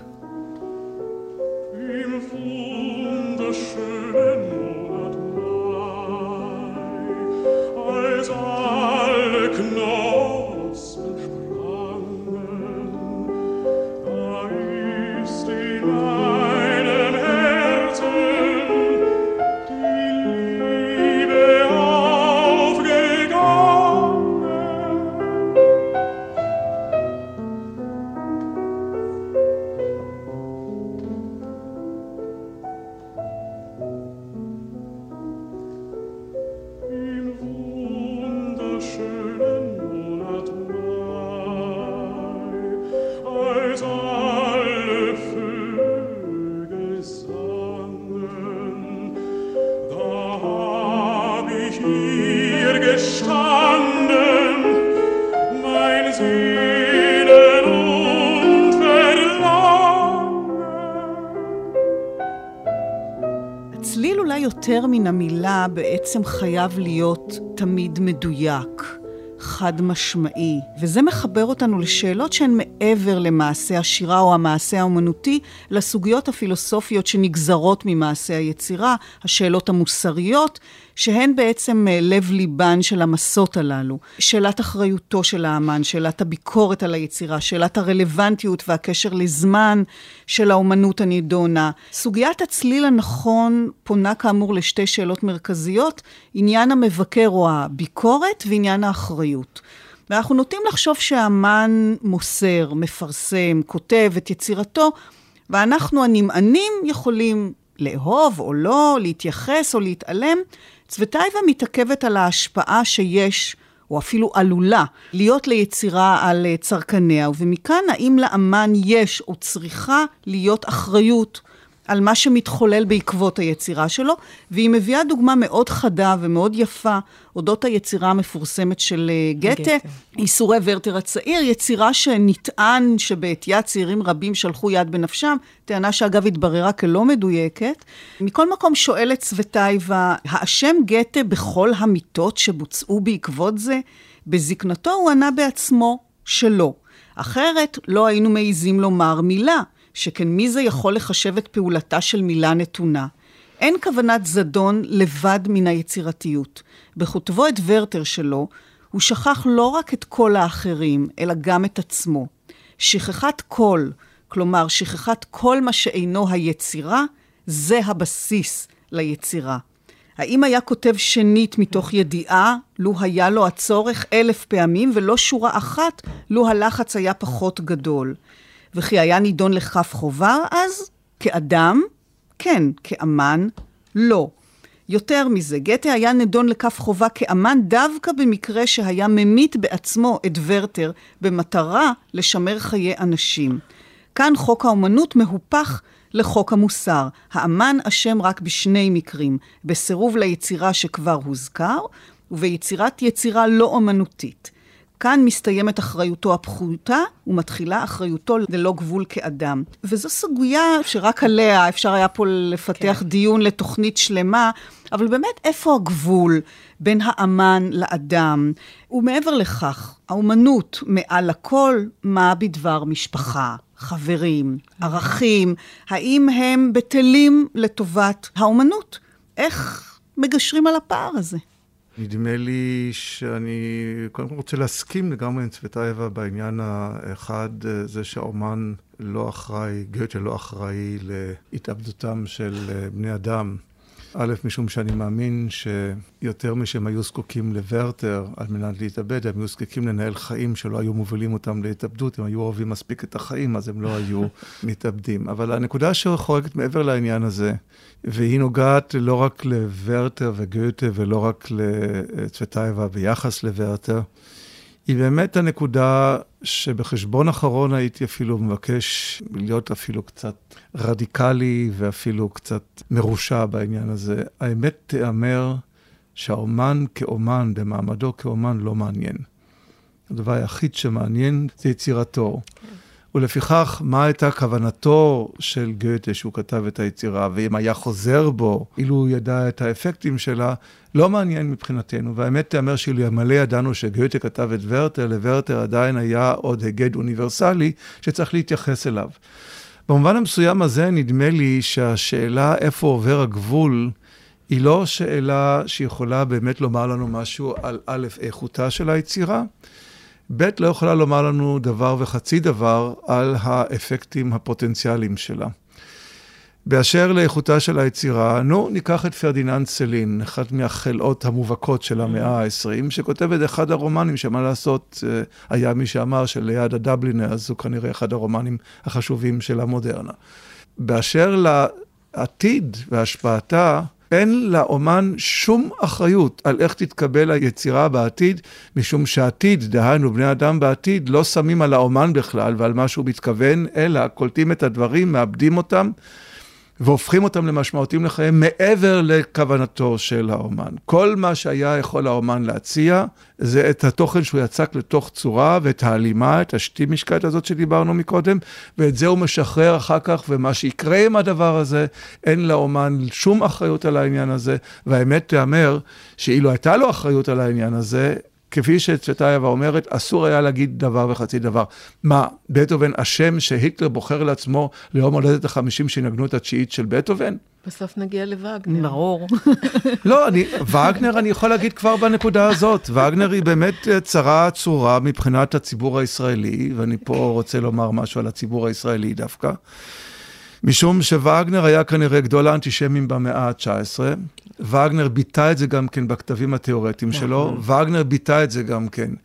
S4: הצליל אולי יותר מן המילה בעצם חייב להיות תמיד מדויק, חד משמעי, וזה מחבר אותנו לשאלות שהן מעבר למעשה השירה או המעשה האומנותי, לסוגיות הפילוסופיות שנגזרות ממעשה היצירה, השאלות המוסריות, שהן בעצם לב ליבן של המסות הללו. שאלת אחריותו של האמן, שאלת הביקורת על היצירה, שאלת הרלוונטיות והקשר לזמן של האומנות הנידונה. סוגיית הצליל הנכון פונה כאמור לשתי שאלות מרכזיות, עניין המבקר או הביקורת ועניין האחריות. ואנחנו נוטים לחשוב שהאמן מוסר, מפרסם, כותב את יצירתו, ואנחנו הנמענים יכולים לאהוב או לא, להתייחס או להתעלם, צווטייבה מתעכבת על ההשפעה שיש, או אפילו עלולה, להיות ליצירה על צרכניה, ומכאן האם לאמן יש או צריכה להיות אחריות על מה שמתחולל בעקבות היצירה שלו, והיא מביאה דוגמה מאוד חדה ומאוד יפה, אודות היצירה המפורסמת של גתה, איסורי ורטר הצעיר, יצירה שנטען שבעטייה צעירים רבים שלחו יד בנפשם, טענה שאגב התבררה כלא מדויקת. מכל מקום שואלת צווטייבה, האשם גתה בכל המיתות שבוצעו בעקבות זה? בזקנתו הוא ענה בעצמו שלא. אחרת לא היינו מעיזים לומר מילה, שכן מי זה יכול לחשב את פעולתה של מילה נתונה. אין כוונת זדון לבד מן היצירתיות. בכותבו את ורטר שלו, הוא שכח לא רק את כל האחרים, אלא גם את עצמו. שכחת כל, כלומר שכחת כל מה שאינו היצירה, זה הבסיס ליצירה. האם היה כותב שנית מתוך ידיעה, לו היה לו הצורך 1000 פעמים, ולא שורה אחת, לו הלחץ היה פחות גדול. וכי היה נידון לכף חובה, אז כאדם, כן, כאמן, לא. יותר מזה, גתה היה נידון לכף חובה כאמן דווקא במקרה שהיה ממית בעצמו את ורטר במטרה לשמר חיי אנשים. כאן חוק האומנות מהופך לחוק המוסר. האמן אשם רק בשני מקרים, בסירוב ליצירה שכבר הוזכר, וביצירת יצירה לא אומנותית. כאן מסתיימת אחריותו הפחותה, ומתחילה אחריותו ללא גבול כאדם. וזו סוגיה שרק עליה אפשר היה פה לפתח דיון לתוכנית שלמה, אבל באמת איפה הגבול בין האמן לאדם? ומעבר לכך, האומנות מעל הכל, מה בדבר משפחה, חברים, ערכים, האם הם בטלים לטובת האומנות? איך מגשרים על הפער הזה?
S7: נדמה לי שאני קודם כל רוצה להסכים לגמרי עם צווטייבה בעניין האחד, זה שהאומן לא אחראי, גתה לא אחראי להתאבדותם של בני אדם. א', משום שאני מאמין שיותר משהם היו זקוקים לוורטר על מנת להתאבד, הם היו זקוקים לנהל חיים שלא היו מובילים אותם להתאבדות, הם היו אוהבים מספיק את החיים, אז הם לא היו מתאבדים. אבל הנקודה שחורגת מעבר לעניין הזה, והיא נוגעת לא רק לוורטר וגתה ולא רק לצווטייבה ביחס לוורטר, היא באמת הנקודה שבחשבון אחרון הייתי אפילו מבקש להיות אפילו קצת רדיקלי ואפילו קצת מרושע בעניין הזה. האמת תאמר שהאומן כאומן, במעמדו כאומן, לא מעניין. הדבר היחיד שמעניין זה יצירתו. ולפיכך, מה הייתה כוונתו של גתה שהוא כתב את היצירה, ואם היה חוזר בו, אילו הוא ידע את האפקטים שלה, לא מעניין מבחינתנו. והאמת תאמר שאילו מלא ידענו שגתה כתב את ורטר, לוורטר עדיין היה עוד היגד אוניברסלי שצריך להתייחס אליו. במובן המסוים הזה נדמה לי שהשאלה איפה עובר הגבול, היא לא שאלה שיכולה באמת לומר לנו משהו על א', איכותה של היצירה, ב' לא יכולה לומר לנו דבר וחצי דבר על האפקטים הפוטנציאליים שלה. באשר לאיכותה של היצירה, ניקח את פרדיננד סלין, אחת מהחלאות המובהקות של המאה ה-20, שכותב את אחד הרומנים שמה לעשות, היה מי שאמר שליד הדבלינר, אז הוא כנראה אחד הרומנים החשובים של המודרנה. באשר לעתיד והשפעתה, אין לאומן שום אחריות על איך תתקבל היצירה בעתיד, משום שהעתיד, דהיינו בני אדם בעתיד, לא שמים על האומן בכלל ועל מה שהוא מתכוון, אלא קולטים את הדברים, מאבדים אותם, והופכים אותם למשמעותיים לחיים מעבר לכוונתו של האומן. כל מה שהיה יכול האומן להציע, זה את התוכן שהוא יצק לתוך צורה, ואת ההלימה, את השתי-משקעת הזאת שדיברנו מקודם, ואת זה הוא משחרר אחר כך, ומה שיקרה עם הדבר הזה, אין לאומן שום אחריות על העניין הזה, והאמת תאמר שאילו הייתה לו אחריות על העניין הזה, כפי שצווטייבה אומרת, אסור היה להגיד דבר וחצי דבר. מה, בטהובן אשם שהיטלר בוחר לעצמו ליום הולדת ה-50 שנגנו את התשיעית של בטהובן?
S6: בסוף נגיע לווגנר.
S4: ברור.
S7: לא, וגנר אני יכול להגיד כבר בנקודה הזאת. וגנר היא באמת צרה צורה מבחינת הציבור הישראלי, ואני פה רוצה לומר משהו על הציבור הישראלי דווקא. משום שווגנר היה כנראה גדול האנטישמים במאה ה-19, וגנר ביטא את זה גם כן בכתבים התיאורטיים שלו, וגנר ביטא את זה גם כן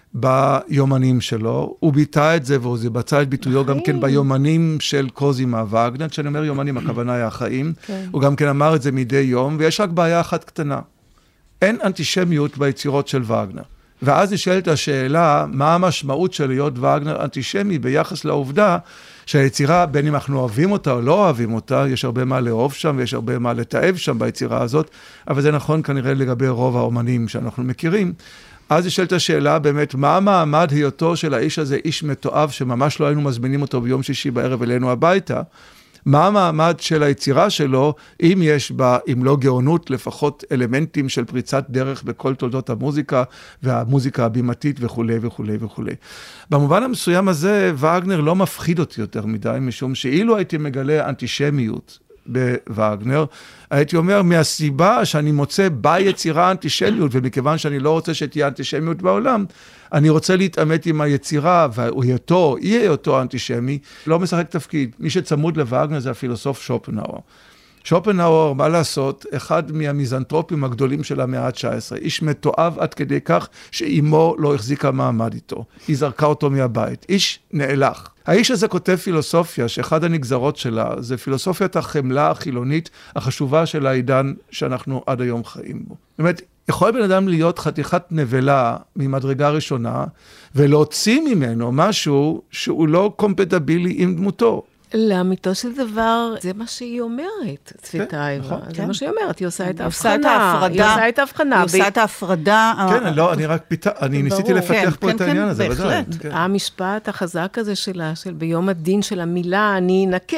S7: ביומנים שלו, הוא ביטא את זה, והוא בצע את ביטויו גם כן ביומנים של קוזימה וגנר, כשאני אומר יומנים, הכוונה היא החיים, הוא גם כן אמר את זה מדי יום, ויש רק בעיה אחת קטנה, אין אנטישמיות ביצירות של וגנר. ואז נשאלת השאלה, מה המשמעות של להיות וגנר אנטישמי ביחס לעובדה שהיצירה, בין אם אנחנו אוהבים אותה או לא אוהבים אותה, יש הרבה מה לאהוב שם ויש הרבה מה לתאהב שם ביצירה הזאת, אבל זה נכון כנראה לגבי רוב האומנים שאנחנו מכירים. אז נשאלת השאלה באמת, מה המעמד היותו של האיש הזה, איש מתועב, שממש לא היינו מזמינים אותו ביום שישי בערב אלינו הביתה, מה המעמד של היצירה שלו, אם יש בה, אם לא גאונות, לפחות אלמנטים של פריצת דרך בכל תולדות המוזיקה, והמוזיקה הבימתית וכו' וכו' וכו'. במובן המסוים הזה, וגנר לא מפחיד אותי יותר מדי, משום שאילו הייתי מגלה אנטישמיות בווגנר, הייתי אומר, מהסיבה שאני מוצא ביצירה אנטישמיות, ומכיוון שאני לא רוצה שתהיה אנטישמיות בעולם, אני רוצה להתעמת עם היצירה, יהיה אותו אנטישמי, לא משחק תפקיד. מי שצמוד לווגנר זה הפילוסוף שופנהאואר. שופנהאואר, מה לעשות, אחד מהמיזנטרופים הגדולים של המאה ה-19, איש מתועב עד כדי כך שאימו לא החזיקה מעמד איתו, היא זרקה אותו מהבית, איש נאלח. האיש הזה כותב פילוסופיה, שאחד הנגזרות שלה, זה פילוסופיית החמלה החילונית החשובה של העידן שאנחנו עד היום חיים בו. זאת אומרת, יכול בן אדם להיות חתיכת נבלה ממדרגה ראשונה, ולהוציא ממנו משהו שהוא לא קומפטבילי עם דמותו.
S6: לאמיתו של דבר, זה מה שהיא אומרת, צבטאייבה. זה מה שהיא אומרת, היא עושה את ההבחנה. היא עושה את ההבחנה.
S4: היא עושה את ההפרדה.
S7: כן, לא, אני ניסיתי לפתח פה את העניין הזה, ודאי.
S6: המשפט החזק הזה שלה, של ביום הדין של המילה, אני אנקה.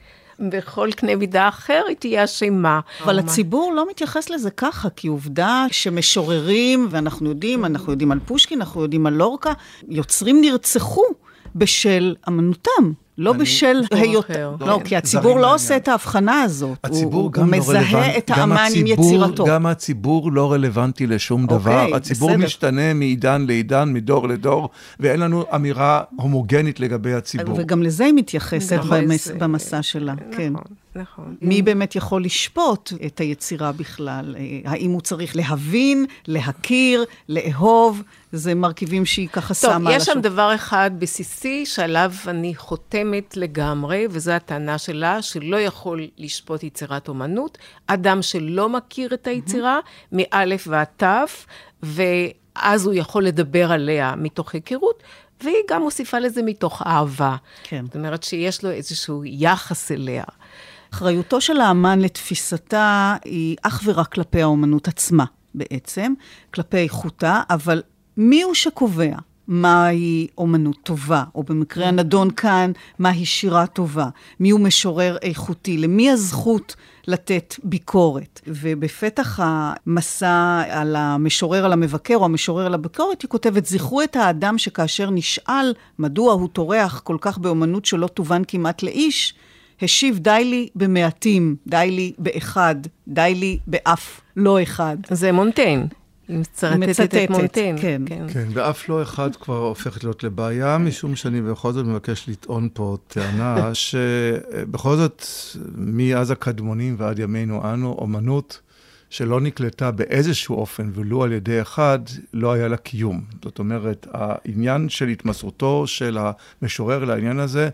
S6: בכל קנה מידה אחר היא תהיה אשמה.
S4: אבל הציבור לא מתייחס לזה ככה, כי עובדה שמשוררים, ואנחנו יודעים על פושקין, אנחנו יודעים על לורקה, יוצרים נרצחו בשל אמנותם. לא בשל היותר. לא, כי הציבור לא עושה את ההבחנה הזאת. הוא מזהה את האמן עם יצירתו.
S7: גם הציבור לא רלוונטי לשום דבר. הציבור משתנה מעידן לעידן, מדור לדור, ואין לנו אמירה הומוגנית לגבי הציבור.
S4: וגם לזה היא מתייחסת במסע שלה. כן.
S6: נכון.
S4: מי באמת יכול לשפוט את היצירה בכלל? האם הוא צריך להבין, להכיר, לאהוב? זה מרכיבים שהיא ככה שמה על השוק.
S6: טוב, יש שם דבר אחד בסיסי שעליו אני חותמת לגמרי, וזו הטענה שלה, שלא יכול לשפוט יצירת אומנות, אדם שלא מכיר את היצירה, מאלף ועד תף, ואז הוא יכול לדבר עליה מתוך היכרות, והיא גם מוסיפה לזה מתוך אהבה.
S4: כן.
S6: זאת אומרת שיש לו איזשהו יחס אליה.
S4: אחריותו של האמן לתפיסתה היא אך ורק כלפי האומנות עצמה בעצם, כלפי איכותה, אבל מי הוא שקובע מהי אומנות טובה, או במקרה הנדון כאן, מהי שירה טובה, מי הוא משורר איכותי, למי הזכות לתת ביקורת. ובפתח המסע על המשורר על המבקר, או המשורר על הביקורת, היא כותבת, זכרו את האדם שכאשר נשאל מדוע הוא טורח כל כך באומנות שלא תובן כמעט לאיש, השיב די לי במעטים, די לי באחד, די לי באף לא אחד.
S6: זה מונטיין. היא מצטטת את מונטיין.
S4: כן.
S7: כן, באף לא אחד כבר הופכת להיות לבעיה, משום שאני בכל זאת מבקש לטעון פה טענה, שבכל זאת, מאז הקדמונים ועד ימינו אנו, אומנות שלא נקלטה באיזשהו אופן, ולו על ידי אחד, לא היה לה קיום. זאת אומרת, העניין של התמסרותו של המשורר לעניין הזה,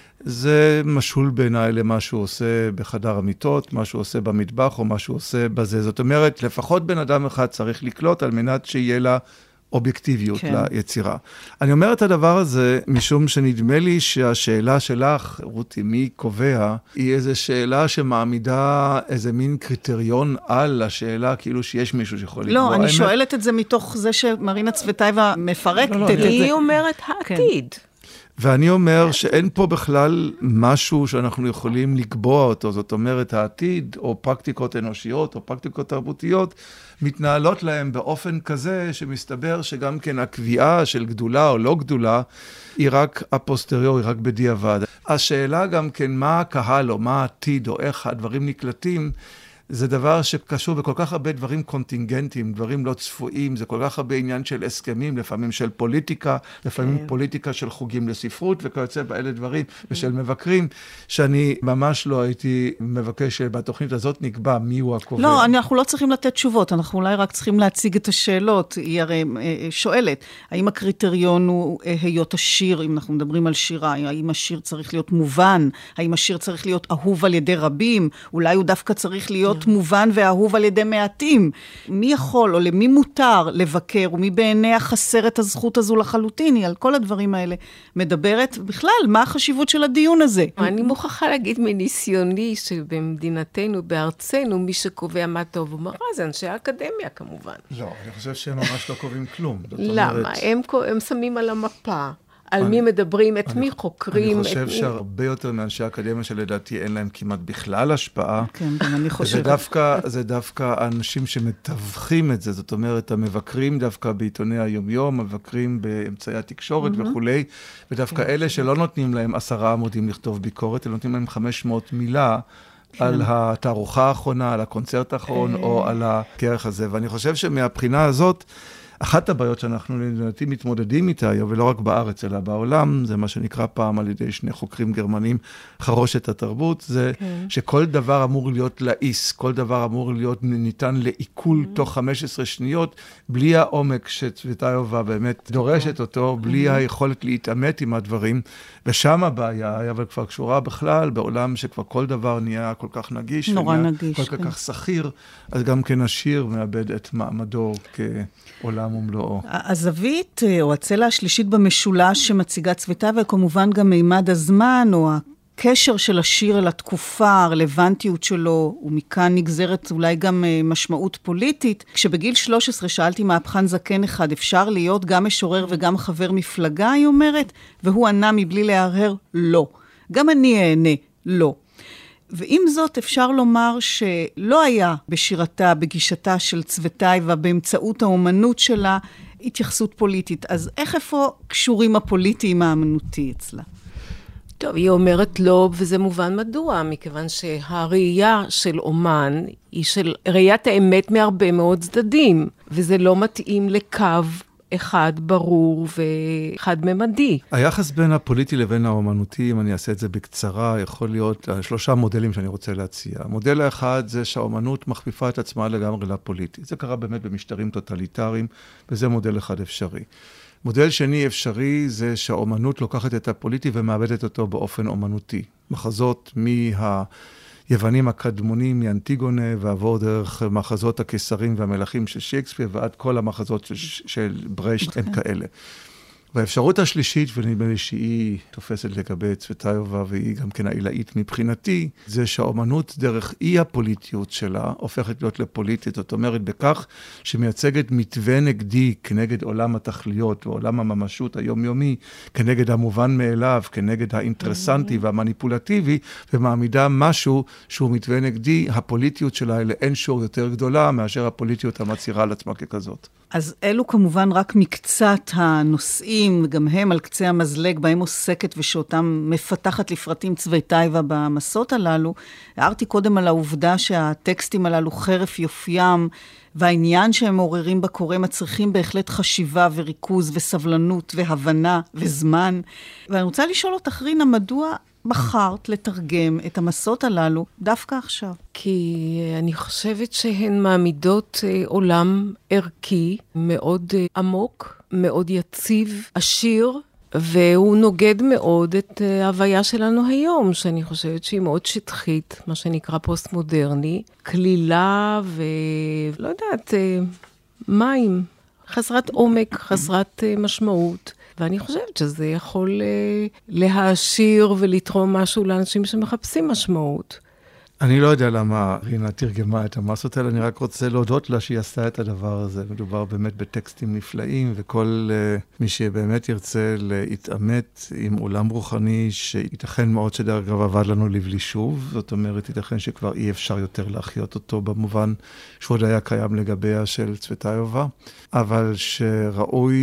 S7: זה משול בעיניי למה שהוא עושה בחדר המיטות, מה שהוא עושה במטבח או מה שהוא עושה בזה. זאת אומרת, לפחות בן אדם אחד צריך לקלוט על מנת שיהיה לה אובייקטיביות ליצירה. אני אומר את הדבר הזה משום שנדמה לי שהשאלה שלך, רותי, מי קובע, היא איזו שאלה שמעמידה איזה מין קריטריון על השאלה, כאילו שיש מישהו שיכול לקבוע.
S4: לא, אני שואלת את זה מתוך זה שמרינה צבטאייבה מפרקת את זה.
S6: היא אומרת העתיד.
S7: ואני אומר שאין פה בכלל משהו שאנחנו יכולים לקבוע אותו, זאת אומרת העתיד או פרקטיקות אנושיות או פרקטיקות תרבותיות מתנהלות להם באופן כזה שמסתבר שגם כן הקביעה של גדולה או לא גדולה היא רק הפוסטריור, היא רק בדיעבד. השאלה גם כן מה הקהל או מה העתיד או איך הדברים נקלטים, זה דבר שקשור בכל כך הרבה דברים קונטינגנטיים, דברים לא צפויים, זה כל כך הרבה עניין של הסכמים, לפעמים של פוליטיקה, לפעמים פוליטיקה של חוגים לספרות, וכיוצא באלה דברים, ושל מבקרים, שאני ממש לא הייתי מבקש שבתוכנית הזאת נקבע מי הוא הקובע.
S4: לא, אנחנו לא צריכים לתת תשובות, אנחנו אולי רק צריכים להציג את השאלות. היא הרי שואלת, האם הקריטריון הוא היות השיר, אם אנחנו מדברים על שירה, האם השיר צריך להיות מובן, האם השיר צריך להיות אהוב על ידי רבים, אולי הוא דווקא צריך להיות מובן ואהוב על ידי מעטים. מי יכול או למי מותר לבקר, ומי בעיניה חסר את הזכות הזו לחלוטין, היא על כל הדברים האלה מדברת. בכלל, מה החשיבות של הדיון הזה?
S6: אני מוכרחה להגיד מניסיוני שבמדינתנו, בארצנו, מי שקובע מה טוב ומה רע, זה אנשי האקדמיה כמובן.
S7: לא, אני חושב שהם ממש לא קובעים כלום.
S6: למה? הם שמים על המפה. על מי מדברים, את מי חוקרים.
S7: אני חושב שהרבה יותר מאנשי האקדמיה שלדעתי אין להם כמעט בכלל השפעה.
S4: כן, גם אני חושבת.
S7: זה דווקא האנשים שמתווכים את זה, זאת אומרת, המבקרים דווקא בעיתוני היומיום, מבקרים באמצעי התקשורת וכולי, ודווקא אלה שלא נותנים להם 10 עמודים לכתוב ביקורת, אלא נותנים להם 500 מילה, על התערוכה האחרונה, על הקונצרט האחרון, או על הכרך הזה. ואני חושב שמהבחינה הזאת, אחת הבעיות שאנחנו לדעתי מתמודדים איתה היום, ולא רק בארץ אלא בעולם, זה מה שנקרא פעם על ידי 2 חוקרים גרמנים, חרושת התרבות, זה שכל דבר אמור להיות לעיס, כל דבר אמור להיות ניתן לעיכול תוך 15 שניות, בלי העומק שצוויטאיובה באמת דורשת אותו, בלי היכולת להתעמת עם הדברים, ושם הבעיה, אבל כבר קשורה בכלל בעולם שכבר כל דבר נהיה כל כך נגיש,
S4: נורא נגיש,
S7: כל כך סחיר, אז גם כן השיר מאבד את מעמדו כעולם ומלואו.
S4: הזווית, או הצלע השלישית במשולש שמציגה צוויטאיבה, וכמובן גם מימד הזמן, או הקשר של השיר אל התקופה, הרלוונטיות שלו, ומכאן נגזרת אולי גם משמעות פוליטית. כשבגיל 13 שאלתי מהפכן זקן אחד, אפשר להיות גם משורר וגם חבר מפלגה, היא אומרת, והוא ענה מבלי להרהר, לא. גם אני אענה, לא. ועם זאת אפשר לומר שלא היה בשירתה, בגישתה של צוויטאיבה, באמצעות האומנות שלה, התייחסות פוליטית. אז איפה קשורים הפוליטיים האמנותי אצלה?
S6: טוב, היא אומרת לא, וזה מובן מדוע, מכיוון שהראייה של אומן היא של ראיית האמת מהרבה מאוד צדדים, וזה לא מתאים לקו אחד ברור ואחד ממדי.
S7: היחס בין הפוליטי לבין האומנותי, אם אני אעשה את זה בקצרה, יכול להיות 3 מודלים שאני רוצה להציע. המודל האחד זה שהאומנות מכפיפה את עצמה לגמרי לפוליטי. זה קרה באמת במשטרים טוטליטריים, וזה מודל אחד אפשרי. מודל שני אפשרי זה שהאומנות לוקחת את הפוליטי ומאבדת אותו באופן אומנותי. מחזות היוונים הקדמונים מאנטיגונה, ועבור דרך מחזות הקיסרים והמלכים של שייקספיר, ועד כל המחזות של ברשט הם כאלה. והאפשרות השלישית, ונדמה לי שהיא תופסת לגבי צוויטאיבה, והיא גם כן העילאית מבחינתי, זה שהאומנות דרך אי הפוליטיות שלה, הופכת להיות לפוליטית. זאת אומרת, בכך שמייצגת מתווה נגדי כנגד עולם התכליות, ועולם הממשות היומיומי, כנגד המובן מאליו, כנגד האינטרסנטי והמניפולטיבי, ומעמידה משהו שהוא מתווה נגדי, הפוליטיות שלה היא לאין שיעור יותר גדולה, מאשר הפוליטיות המצהירה על עצמה ככזאת.
S4: אז אלו כמובן רק מקצת הנושאים, גם הם על קצה המזלג, בהם עוסקת ושאותם מפתחת לפרטים צוויטאיבה במסות הללו. הערתי קודם על העובדה שהטקסטים הללו חרף יופיים, והעניין שהם מעוררים בקורא מצריכים בהחלט חשיבה וריכוז וסבלנות והבנה וזמן. ואני רוצה לשאול אותך, רינה, מדוע בחרת לתרגם את המסות הללו דווקא עכשיו?
S6: כי אני חושבת שהן מעמידות עולם ערכי מאוד עמוק, מאוד יציב, עשיר, והוא נוגד מאוד את ההוויה שלנו היום, שאני חושבת שהיא מאוד שטחית, מה שנקרא פוסט-מודרני, כלילה ולא יודעת, מים, חסרת עומק, חסרת משמעות. ואני חושבת שזה יכול להעשיר ולתרום משהו לאנשים שמחפשים משמעות.
S7: אני לא יודע למה רינה תרגמה את המסות האלה, אני רק רוצה להודות לה שהיא עשתה את הדבר הזה. מדובר באמת בטקסטים נפלאים, וכל מי שבאמת ירצה להתעמת עם עולם רוחני, שייתכן מאוד שדרך אגב עבד לנו לבלי שוב, זאת אומרת, ייתכן שכבר אי אפשר יותר להחיות אותו במובן שהוא עוד היה קיים לגביה של צוויטאיבה, אבל שראוי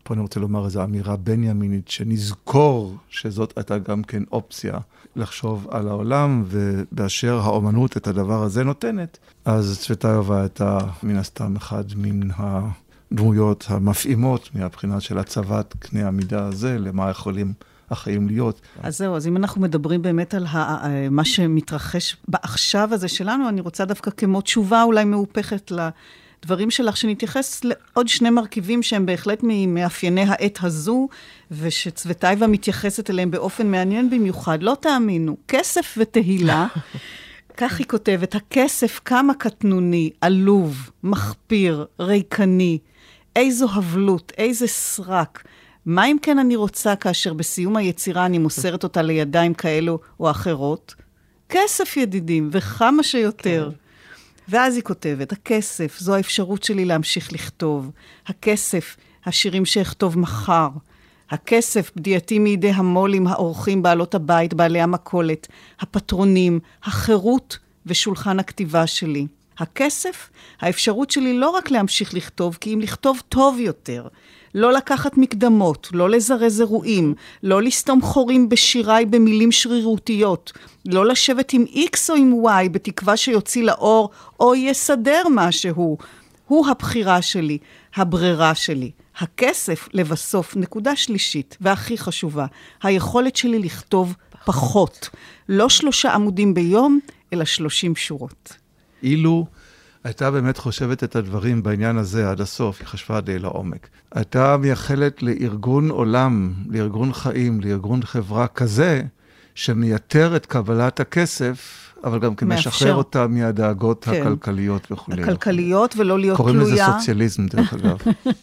S7: פה אני רוצה לומר איזו אמירה בנימינית, שנזכור שזאת הייתה גם כן אופציה לחשוב על העולם, ובאשר האומנות את הדבר הזה נותנת, אז צוותאיובה הייתה מן הסתם אחד מן הדמויות המפעימות מהבחינה של הצבת קנה המידה הזה, למה יכולים החיים להיות.
S4: אז זהו, אז אם אנחנו מדברים באמת על מה שמתרחש בעכשיו הזה שלנו, אני רוצה דווקא כמו תשובה אולי מהופכת לדברים שלך, שנתייחס לעוד שני מרכיבים שהם בהחלט ממאפייני העת הזו, ושצוותאיובה מתייחסת אליהם באופן מעניין במיוחד. לא תאמינו, כסף ותהילה, כך היא כותבת, הכסף כמה קטנוני, עלוב, מחפיר, ריקני, איזו הבלות, איזה סרק. מה אם כן אני רוצה כאשר בסיום היצירה אני מוסרת אותה לידיים כאלו או אחרות? כסף ידידים, וכמה שיותר. כן. ואז היא כותבת, הכסף, זו האפשרות שלי להמשיך לכתוב. הכסף, השירים שאכתוב מחר. הכסף, בדייתי מידי המולים, האורחים, בעלות הבית, בעלי המקולת, הפטרונים, החירות ושולחן הכתיבה שלי. הכסף, האפשרות שלי לא רק להמשיך לכתוב, כי אם לכתוב טוב יותר, לא לקחת מקדמות, לא לזרז אירועים, לא לסתום חורים בשיריי במילים שרירותיות, לא לשבת עם X או עם Y בתקווה שיוציא לאור או יסדר משהו. הוא הבחירה שלי, הברירה שלי. הכסף לבסוף, נקודה שלישית והכי חשובה, היכולת שלי לכתוב פחות. לא 3 עמודים ביום, אלא 30 שורות.
S7: אילו הייתה באמת חושבת את הדברים בעניין הזה עד הסוף, היא חשבה די לעומק. הייתה מייחלת לארגון עולם, לארגון חיים, לארגון חברה כזה, שמייתר את קבלת הכסף, אבל גם כמשחרר אותה מהדאגות כן. הכלכליות וכו'.
S4: הכלכליות ולא להיות
S7: קוראים
S4: תלויה.
S7: קוראים לזה סוציאליזם דרך אגב.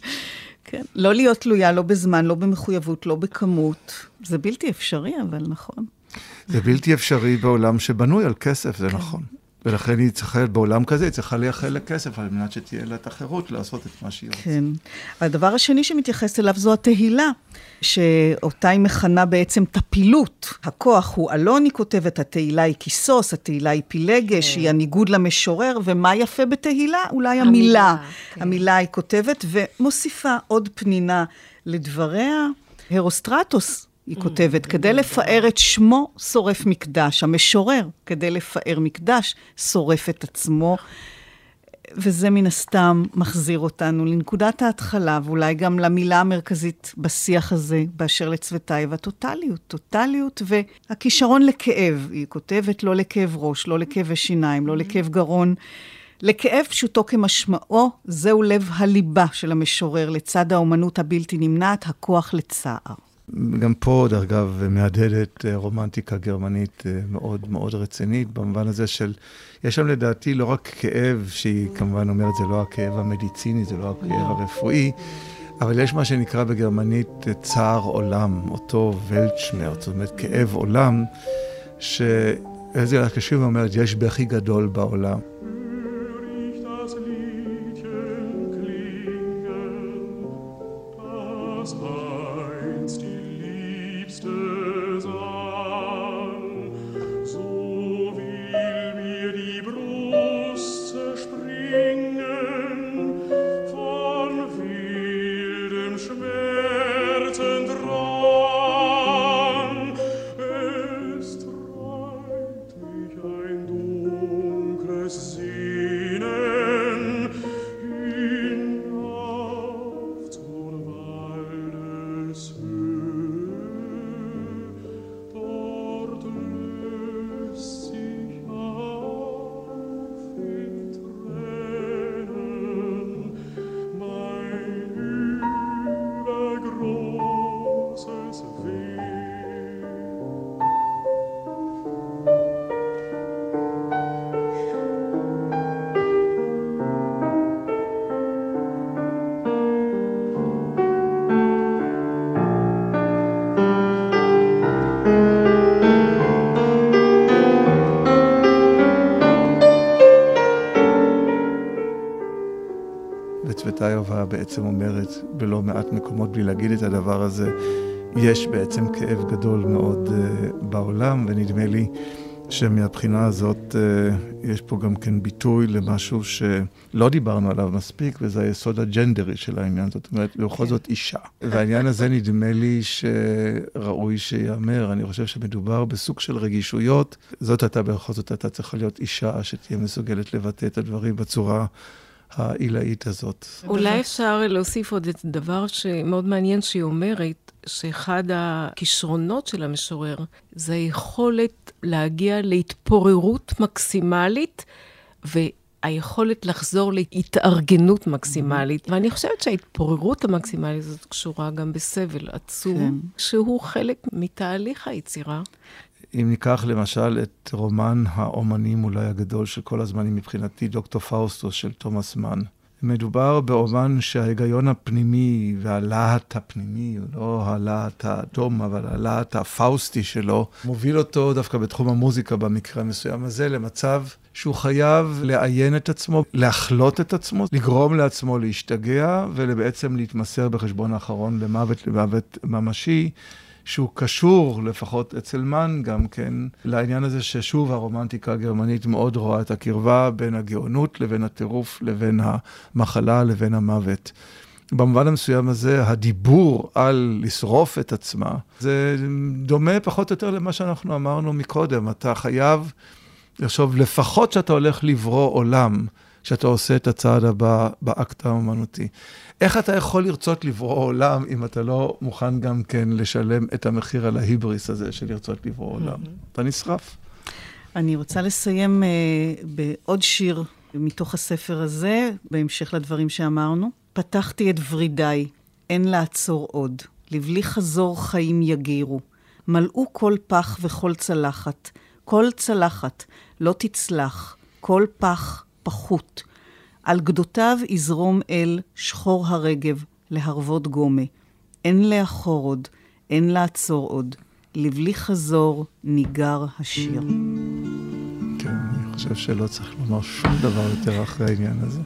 S4: כן. לא להיות תלויה, לא בזמן, לא במחויבות, לא בכמות. זה בלתי אפשרי, אבל נכון.
S7: זה בלתי אפשרי בעולם שבנוי על כסף, זה כן. נכון. ולכן היא צריכה, בעולם כזה, היא צריכה לייחל לכסף, על מנת שתהיה לה את החירות לעשות את מה שהיא רוצה.
S4: כן. הדבר השני שמתייחס אליו זו התהילה, שאותה היא מכנה בעצם טפילות. הכוח הוא אלון, היא כותבת, התהילה היא כיסוס, התהילה היא פילגש, היא הניגוד למשורר, ומה יפה בתהילה? אולי המילה. המילה היא כותבת, ומוסיפה עוד פנינה לדבריה. הרוסטרטוס, היא כותבת, כדי לפאר את שמו שורף מקדש. המשורר, כדי לפאר מקדש, שורף את עצמו. וזה מן הסתם מחזיר אותנו לנקודת ההתחלה, ואולי גם למילה המרכזית בשיח הזה, באשר לצוותאיובה, טוטליות. טוטליות והכישרון לכאב. היא כותבת לא לכאב ראש, לא לכאב שיניים, לא לכאב גרון. לכאב פשוטו כמשמעו, זהו לב הליבה של המשורר, לצד האומנות הבלתי נמנעת, הכוח לצער.
S7: גם פה, דרך אגב, מהדהדת רומנטיקה גרמנית מאוד מאוד רצינית, במובן הזה של, יש שם לדעתי לא רק כאב, שהיא כמובן אומרת, זה לא הכאב המדיציני, זה לא הכאב הרפואי, אבל יש מה שנקרא בגרמנית צער עולם, אותו ולצ'מרץ, זאת אומרת, כאב עולם, שאיזה הקשיב אומרת, יש בכי גדול בעולם. צוותאיובה בעצם אומרת בלא מעט מקומות, בלי להגיד את הדבר הזה, יש בעצם כאב גדול מאוד בעולם, ונדמה לי שמהבחינה הזאת יש פה גם כן ביטוי למשהו שלא דיברנו עליו מספיק, וזה היסוד הג'נדרי של העניין. זאת אומרת, בכל זאת אישה. והעניין הזה נדמה לי שראוי שיאמר. אני חושב שמדובר בסוג של רגישויות. זאת הייתה בכל זאת, הייתה צריכה להיות אישה שתהיה מסוגלת לבטא את הדברים בצורה העילאית הזאת.
S6: אולי אפשר להוסיף עוד את דבר שמאוד מעניין שהיא אומרת, שאחד הכישרונות של המשורר זה היכולת להגיע להתפוררות מקסימלית, והיכולת לחזור להתארגנות מקסימלית. ואני חושבת שההתפוררות המקסימלית הזאת קשורה גם בסבל עצום, שהוא חלק מתהליך היצירה.
S7: אם ניקח למשל את רומן האומנים אולי הגדול של כל הזמנים מבחינתי, דוקטור פאוסטוס של תומאס מן. מדובר באומן שההיגיון הפנימי והלהט הפנימי, לא הלהט האדום, אבל הלהט הפאוסטי שלו, מוביל אותו דווקא בתחום המוזיקה במקרה המסוים הזה, למצב שהוא חייב לעיין את עצמו, להחלות את עצמו, לגרום לעצמו להשתגע, ולבעצם להתמסר בחשבון האחרון למוות ממשי, שהוא קשור, לפחות אצל מן גם כן, לעניין הזה ששוב הרומנטיקה הגרמנית מאוד רואה את הקרבה בין הגאונות לבין הטירוף, לבין המחלה, לבין המוות. במובן המסוים הזה, הדיבור על לשרוף את עצמה, זה דומה פחות או יותר למה שאנחנו אמרנו מקודם. אתה חייב לחשוב, לפחות שאתה הולך לברוא עולם, שאתה עושה את הצעד הבא באקט האומנותי. איך אתה יכול לרצות לברוא עולם, אם אתה לא מוכן גם כן לשלם את המחיר על ההיבריס הזה, של לרצות לברוא עולם? אתה נשרף.
S4: אני רוצה לסיים בעוד שיר מתוך הספר הזה, בהמשך לדברים שאמרנו. פתחתי את ורידיי, אין לעצור עוד. לבלי חזור חיים יגירו. מלאו כל פח וכל צלחת. כל צלחת לא תצלח. כל פח פחות. על גדותיו יזרום אל שחור הרגב להרוות גומה. אין לאחור עוד, אין לעצור עוד. לבלי חזור ניגר השיר.
S7: כן, אני חושב שלא צריך לומר שום דבר יותר אחרי העניין הזה.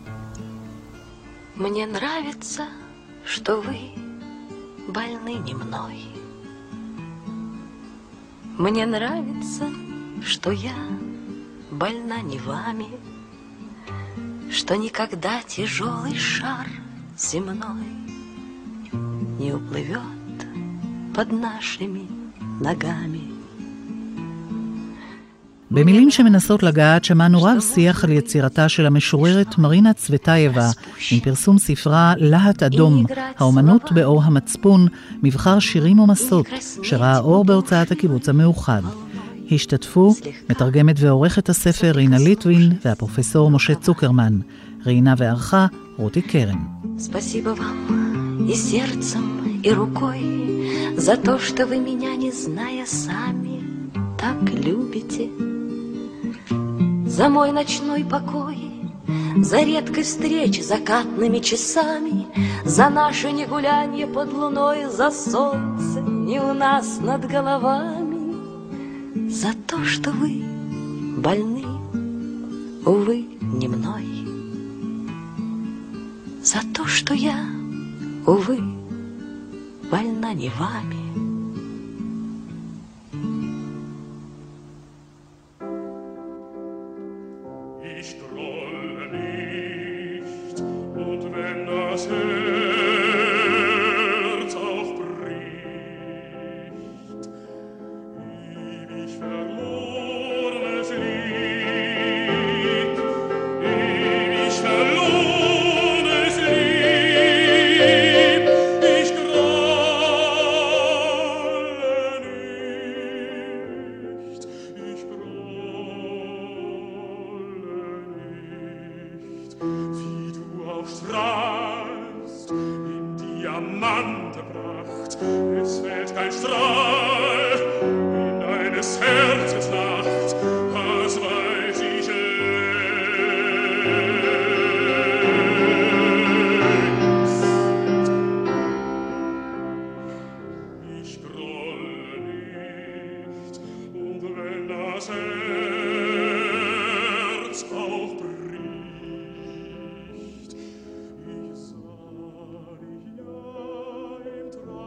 S8: Мне нравится, что вы больны не мной. Мне нравится, что я больна не вами, что никогда тяжелый шар земной не уплывет под нашими ногами.
S5: במילים שמנסות לגעת שמענו רב שיח על יצירתה של המשוררת מרינה צבטייבה עם פרסום ספרה להט אדום, האומנות באור המצפון, מבחר שירים ומסות שראה אור בהוצאת הקיבוץ המאוחד. השתתפו מתרגמת ועורכת הספר רינה ליטווין והפרופסור משה צוקרמן. רינה וערכה רותי קרן.
S8: Спасибо вам и сердцем, и рукой за то, что вы меня, не зная сами, так любите. За мой ночной покой, за редкой встречи закатными часами, за наше негулянье под луной, за солнце не у нас над головами, за то, что вы больны, увы, не мной, за то, что я, увы, больна не вами.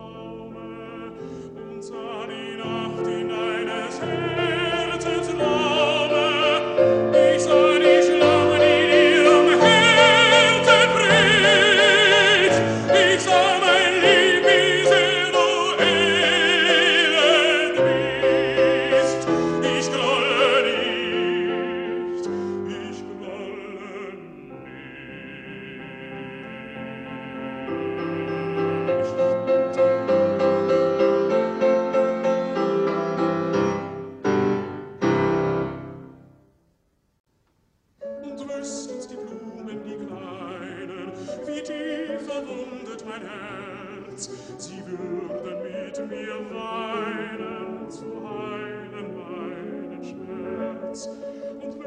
S9: Sah die Nacht in eines Herzens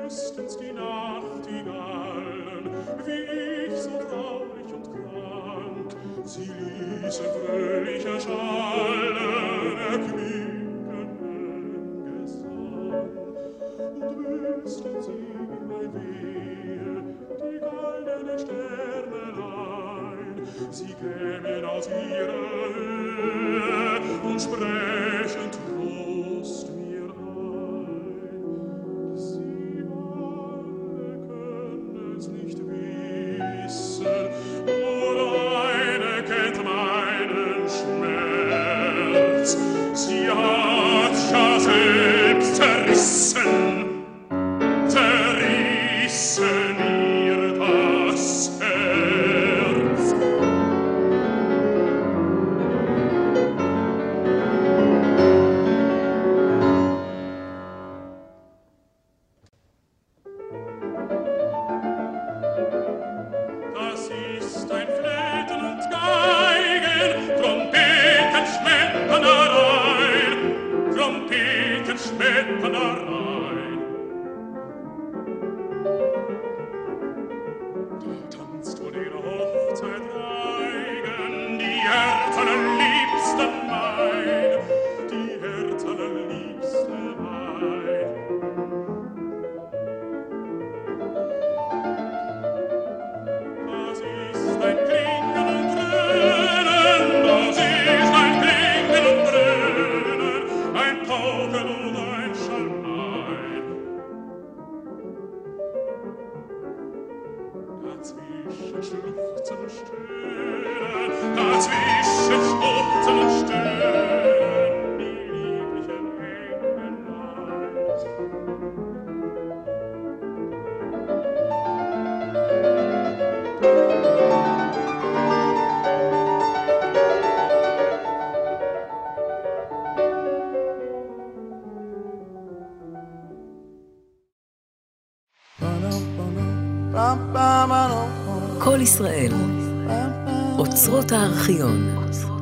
S9: wüssten's die Nachtigallen, wie ich so traurig und krank, sie ließen fröhlich erschallen, erquickenden Gesang. Und wüssten sie mein Wehe, die goldene Sternelein, sie kämen aus ihrer Höhe und sprächen Trost mir ein. Sie alle können's nicht wissen, nur eine kennt meinen Schmerz. Sie hat ja selbst zerrissen ihr das Herz. Das ist ein Flöten und Geigen, Trompeten, Schmetternerein, Trompeten, Schmetternerein. Da tanzt vor der Hochzeit Reigen, die Herzallerliebste mein, die Herzallerliebste mein. Das ist ein Klingen und Dröhnen, das ist ein Klingen und Dröhnen, ein Pauken und ein Schalmein. Dazwischen schluchzen und stöhnen, dazwischen schluchzen und stöhnen, die lieblichen Engelein.
S2: כל ישראל, אוצרות הארכיון.